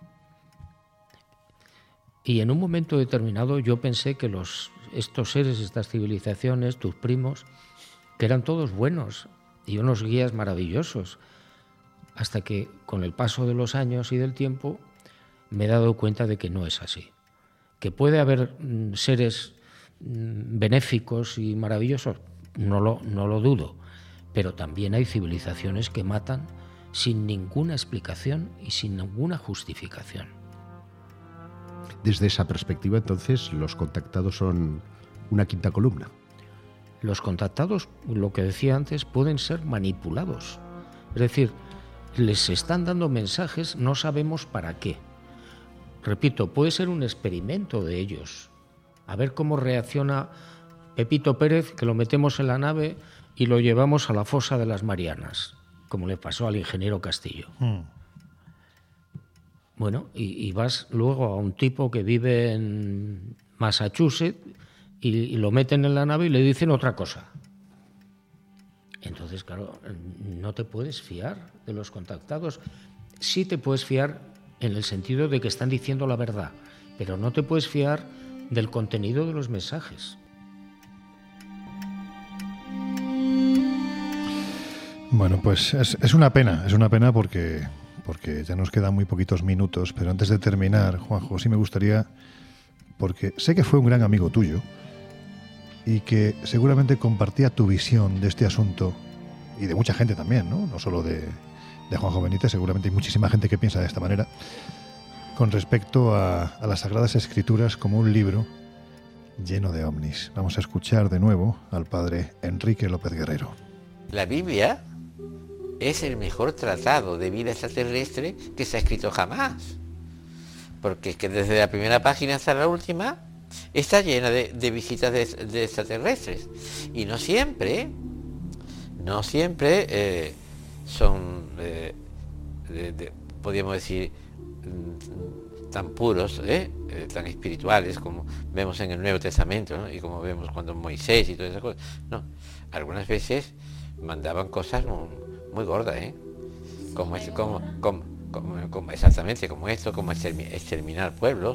S5: Y en un momento determinado yo pensé que estos seres, estas civilizaciones, tus primos, que eran todos buenos y unos guías maravillosos, hasta que con el paso de los años y del tiempo me he dado cuenta de que no es así. Que puede haber seres benéficos y maravillosos, no lo dudo, pero también hay civilizaciones que matan sin ninguna explicación y sin ninguna justificación.
S6: Desde esa perspectiva, entonces, los contactados son una quinta columna.
S5: Los contactados, lo que decía antes, pueden ser manipulados, Es decir, les están dando mensajes, no sabemos para qué. Repito, puede ser un experimento de ellos. A ver cómo reacciona Pepito Pérez, que lo metemos en la nave y lo llevamos a la fosa de las Marianas, como le pasó al ingeniero Castillo. Bueno, y vas luego a un tipo que vive en Massachusetts y lo meten en la nave y le dicen otra cosa. Entonces, claro, no te puedes fiar de los contactados. Sí te puedes fiar en el sentido de que están diciendo la verdad, pero no te puedes fiar del contenido de los mensajes.
S3: Bueno, pues es una pena porque ya nos quedan muy poquitos minutos, pero antes de terminar, Juanjo, sí me gustaría, porque sé que fue un gran amigo tuyo y que seguramente compartía tu visión de este asunto y de mucha gente también, ¿no? No solo de Juanjo Benítez, seguramente hay muchísima gente que piensa de esta manera, con respecto a las Sagradas Escrituras como un libro lleno de ovnis. Vamos a escuchar de nuevo al padre Enrique López Guerrero.
S10: La Biblia es el mejor tratado de vida extraterrestre que se ha escrito jamás. Porque es que desde la primera página hasta la última está llena de visitas de extraterrestres. Y no siempre son, podríamos decir, tan puros, tan espirituales como vemos en el Nuevo Testamento, ¿no? Y como vemos cuando Moisés y todas esas cosas. No, algunas veces mandaban cosas muy gordas, como exactamente como esto, como exterminar pueblos.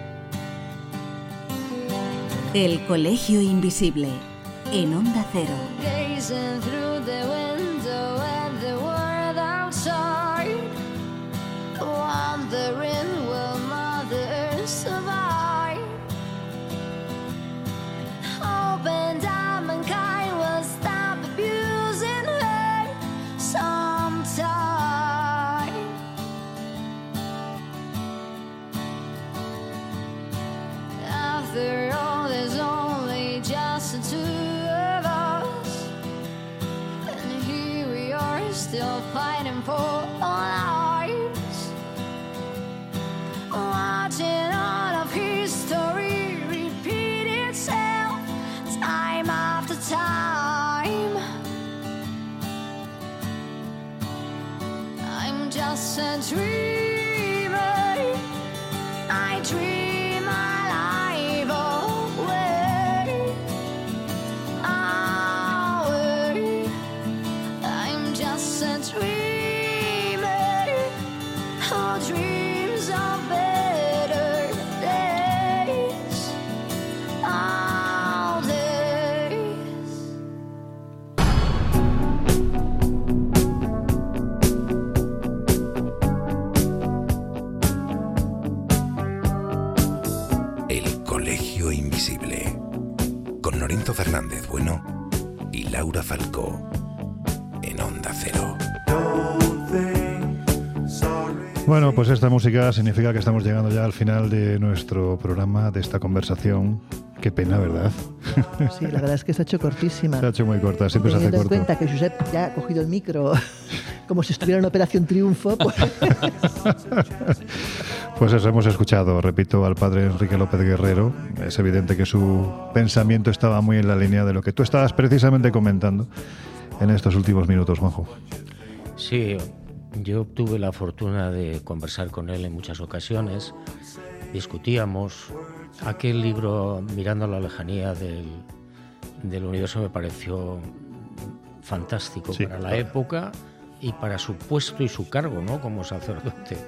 S2: El Colegio Invisible, en Onda Cero.
S12: Still fighting for our lives, watching all of history repeat itself time after time. I'm just a dreamer, I dream my life away. I'm just a dreamer who dreams of better days. All days.
S1: El Colegio Invisible, con Lorenzo Fernández Bueno y Laura Falcó, en Onda Cero.
S3: Bueno, pues esta música significa que estamos llegando ya al final de nuestro programa, de esta conversación. Qué pena, ¿verdad?
S4: Sí, la verdad es que se ha hecho cortísima.
S3: Se ha hecho muy corta, siempre se hace
S4: Teniendo en
S3: corto.
S4: cuenta que Josep ya ha cogido el micro como si estuviera en Operación Triunfo, pues...
S3: Pues eso, hemos escuchado, repito, al padre Enrique López Guerrero. Es evidente que su pensamiento estaba muy en la línea de lo que tú estabas precisamente comentando en estos últimos minutos, Juanjo.
S5: Sí, yo tuve la fortuna de conversar con él en muchas ocasiones. Discutíamos. Aquel libro, Mirando a la lejanía del universo, me pareció fantástico, sí, para la época y para su puesto y su cargo, ¿no?, como sacerdote.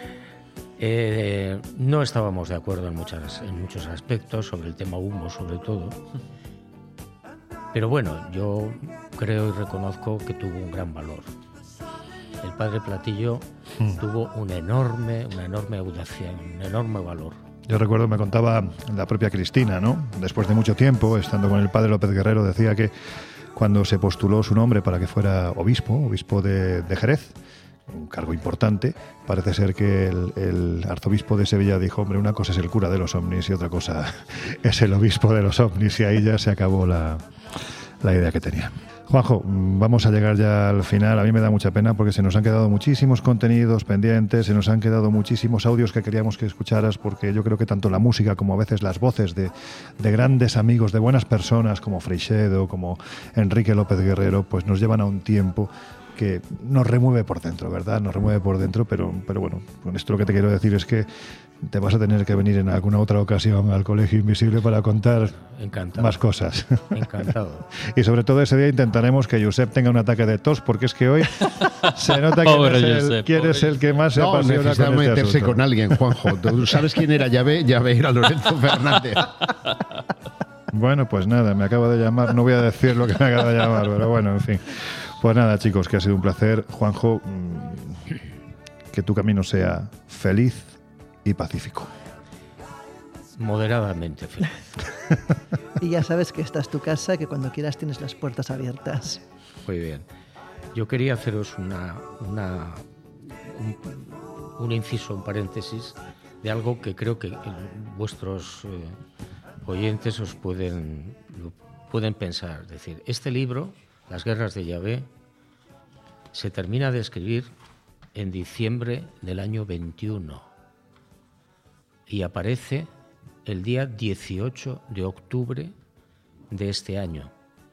S5: No estábamos de acuerdo en muchos aspectos, sobre el tema humo sobre todo. Pero bueno, yo creo y reconozco que tuvo un gran valor. El padre Platillo tuvo una enorme audacia, un enorme valor.
S3: Yo recuerdo, me contaba la propia Cristina, ¿no? Después de mucho tiempo, estando con el padre López Guerrero, decía que cuando se postuló su nombre para que fuera obispo de Jerez, un cargo importante, parece ser que el arzobispo de Sevilla dijo: hombre, una cosa es el cura de los ovnis y otra cosa es el obispo de los ovnis, y ahí ya se acabó la idea que tenía. Juanjo, vamos a llegar ya al final. A mí me da mucha pena porque se nos han quedado muchísimos contenidos pendientes, se nos han quedado muchísimos audios que queríamos que escucharas, porque yo creo que tanto la música como a veces las voces de grandes amigos, de buenas personas como Freixedo, como Enrique López Guerrero, pues nos llevan a un tiempo que nos remueve por dentro, ¿verdad? Nos remueve por dentro, pero bueno, con esto lo que te quiero decir es que te vas a tener que venir en alguna otra ocasión al Colegio Invisible para contar más cosas.
S5: Encantado.
S3: Y sobre todo ese día intentaremos que Josep tenga un ataque de tos, porque es que hoy se nota quién es el que más se apasiona con este
S6: meterse
S3: asunto.
S6: con alguien, Juanjo. ¿Tú sabes quién era Llave? Llave era Lorenzo Fernández.
S3: Bueno, pues nada, me acaba de llamar, no voy a decir lo que me acaba de llamar, pero bueno, en fin. Pues nada, chicos, que ha sido un placer. Juanjo, que tu camino sea feliz y pacífico.
S5: Moderadamente feliz.
S4: Y ya sabes que esta es tu casa, que cuando quieras tienes las puertas abiertas.
S5: Muy bien. Yo quería haceros un inciso, un paréntesis, de algo que creo que vuestros oyentes os pueden pensar. Es decir, este libro, Las guerras de Yahvé, se termina de escribir en diciembre del año 21 y aparece el día 18 de octubre de este año,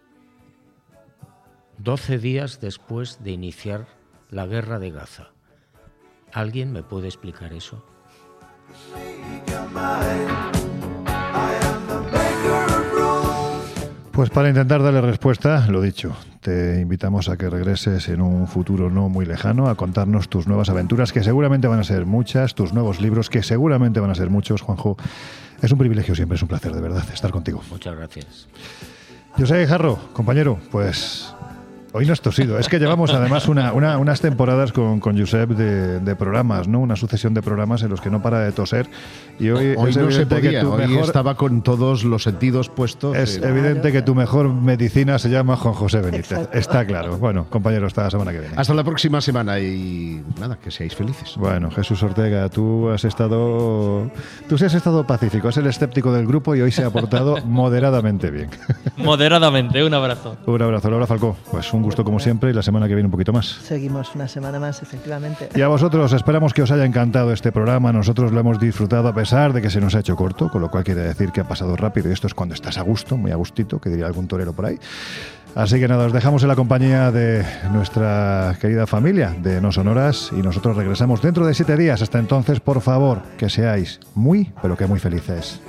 S5: 12 días después de iniciar la guerra de Gaza. ¿Alguien me puede explicar eso?
S3: Pues para intentar darle respuesta, lo dicho, te invitamos a que regreses en un futuro no muy lejano a contarnos tus nuevas aventuras, que seguramente van a ser muchas, tus nuevos libros, que seguramente van a ser muchos. Juanjo, es un privilegio siempre, es un placer de verdad estar contigo.
S5: Muchas gracias.
S3: José Jarro, compañero, pues hoy no has tosido. Es que llevamos además unas temporadas con Josep de programas, ¿no? Una sucesión de programas en los que no para de toser. Y hoy es
S6: no se
S3: evidente
S6: podía,
S3: que tu
S6: hoy
S3: mejor,
S6: estaba con todos los sentidos puestos.
S3: es evidente que tu mejor medicina se llama Juan José Benítez.
S4: Exacto.
S3: Está claro. Bueno, compañero, hasta la semana que viene.
S6: Hasta la próxima semana y nada, que seáis felices.
S3: Bueno, Jesús Ortega, tú sí has estado pacífico, es el escéptico del grupo y hoy se ha portado moderadamente bien.
S7: Moderadamente, un abrazo.
S3: Un abrazo, Laura Falcó. Pues un gusto como siempre y la semana que viene un poquito más.
S4: Seguimos una semana más, efectivamente.
S3: Y a vosotros, esperamos que os haya encantado este programa. Nosotros lo hemos disfrutado a pesar de que se nos ha hecho corto, con lo cual quiere decir que ha pasado rápido. Y esto es cuando estás a gusto, muy a gustito, que diría algún torero por ahí. Así que nada, os dejamos en la compañía de nuestra querida familia de No Sonoras y nosotros regresamos dentro de 7 días. Hasta entonces, por favor, que seáis muy, pero que muy felices.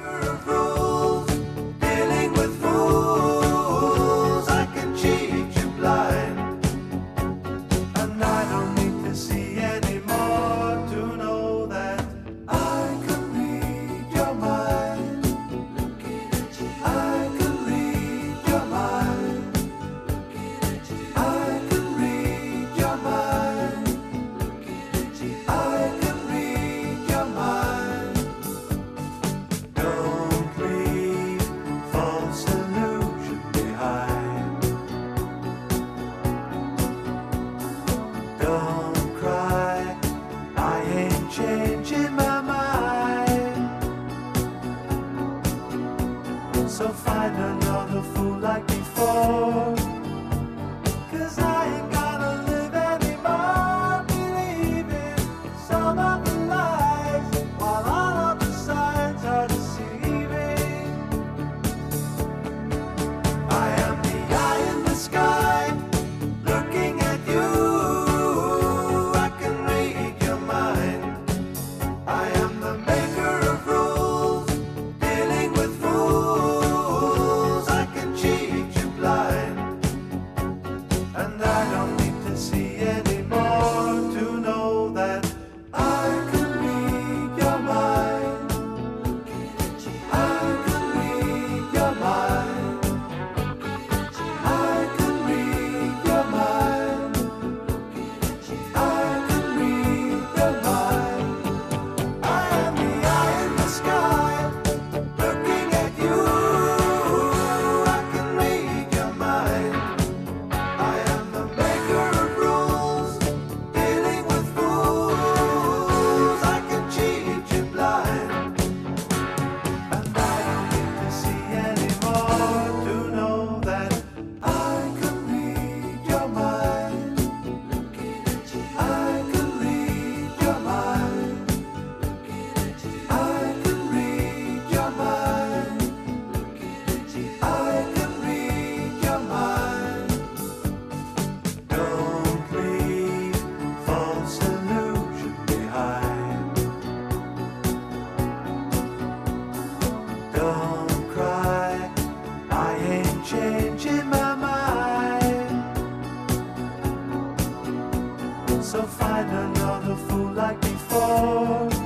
S8: So find another fool like before.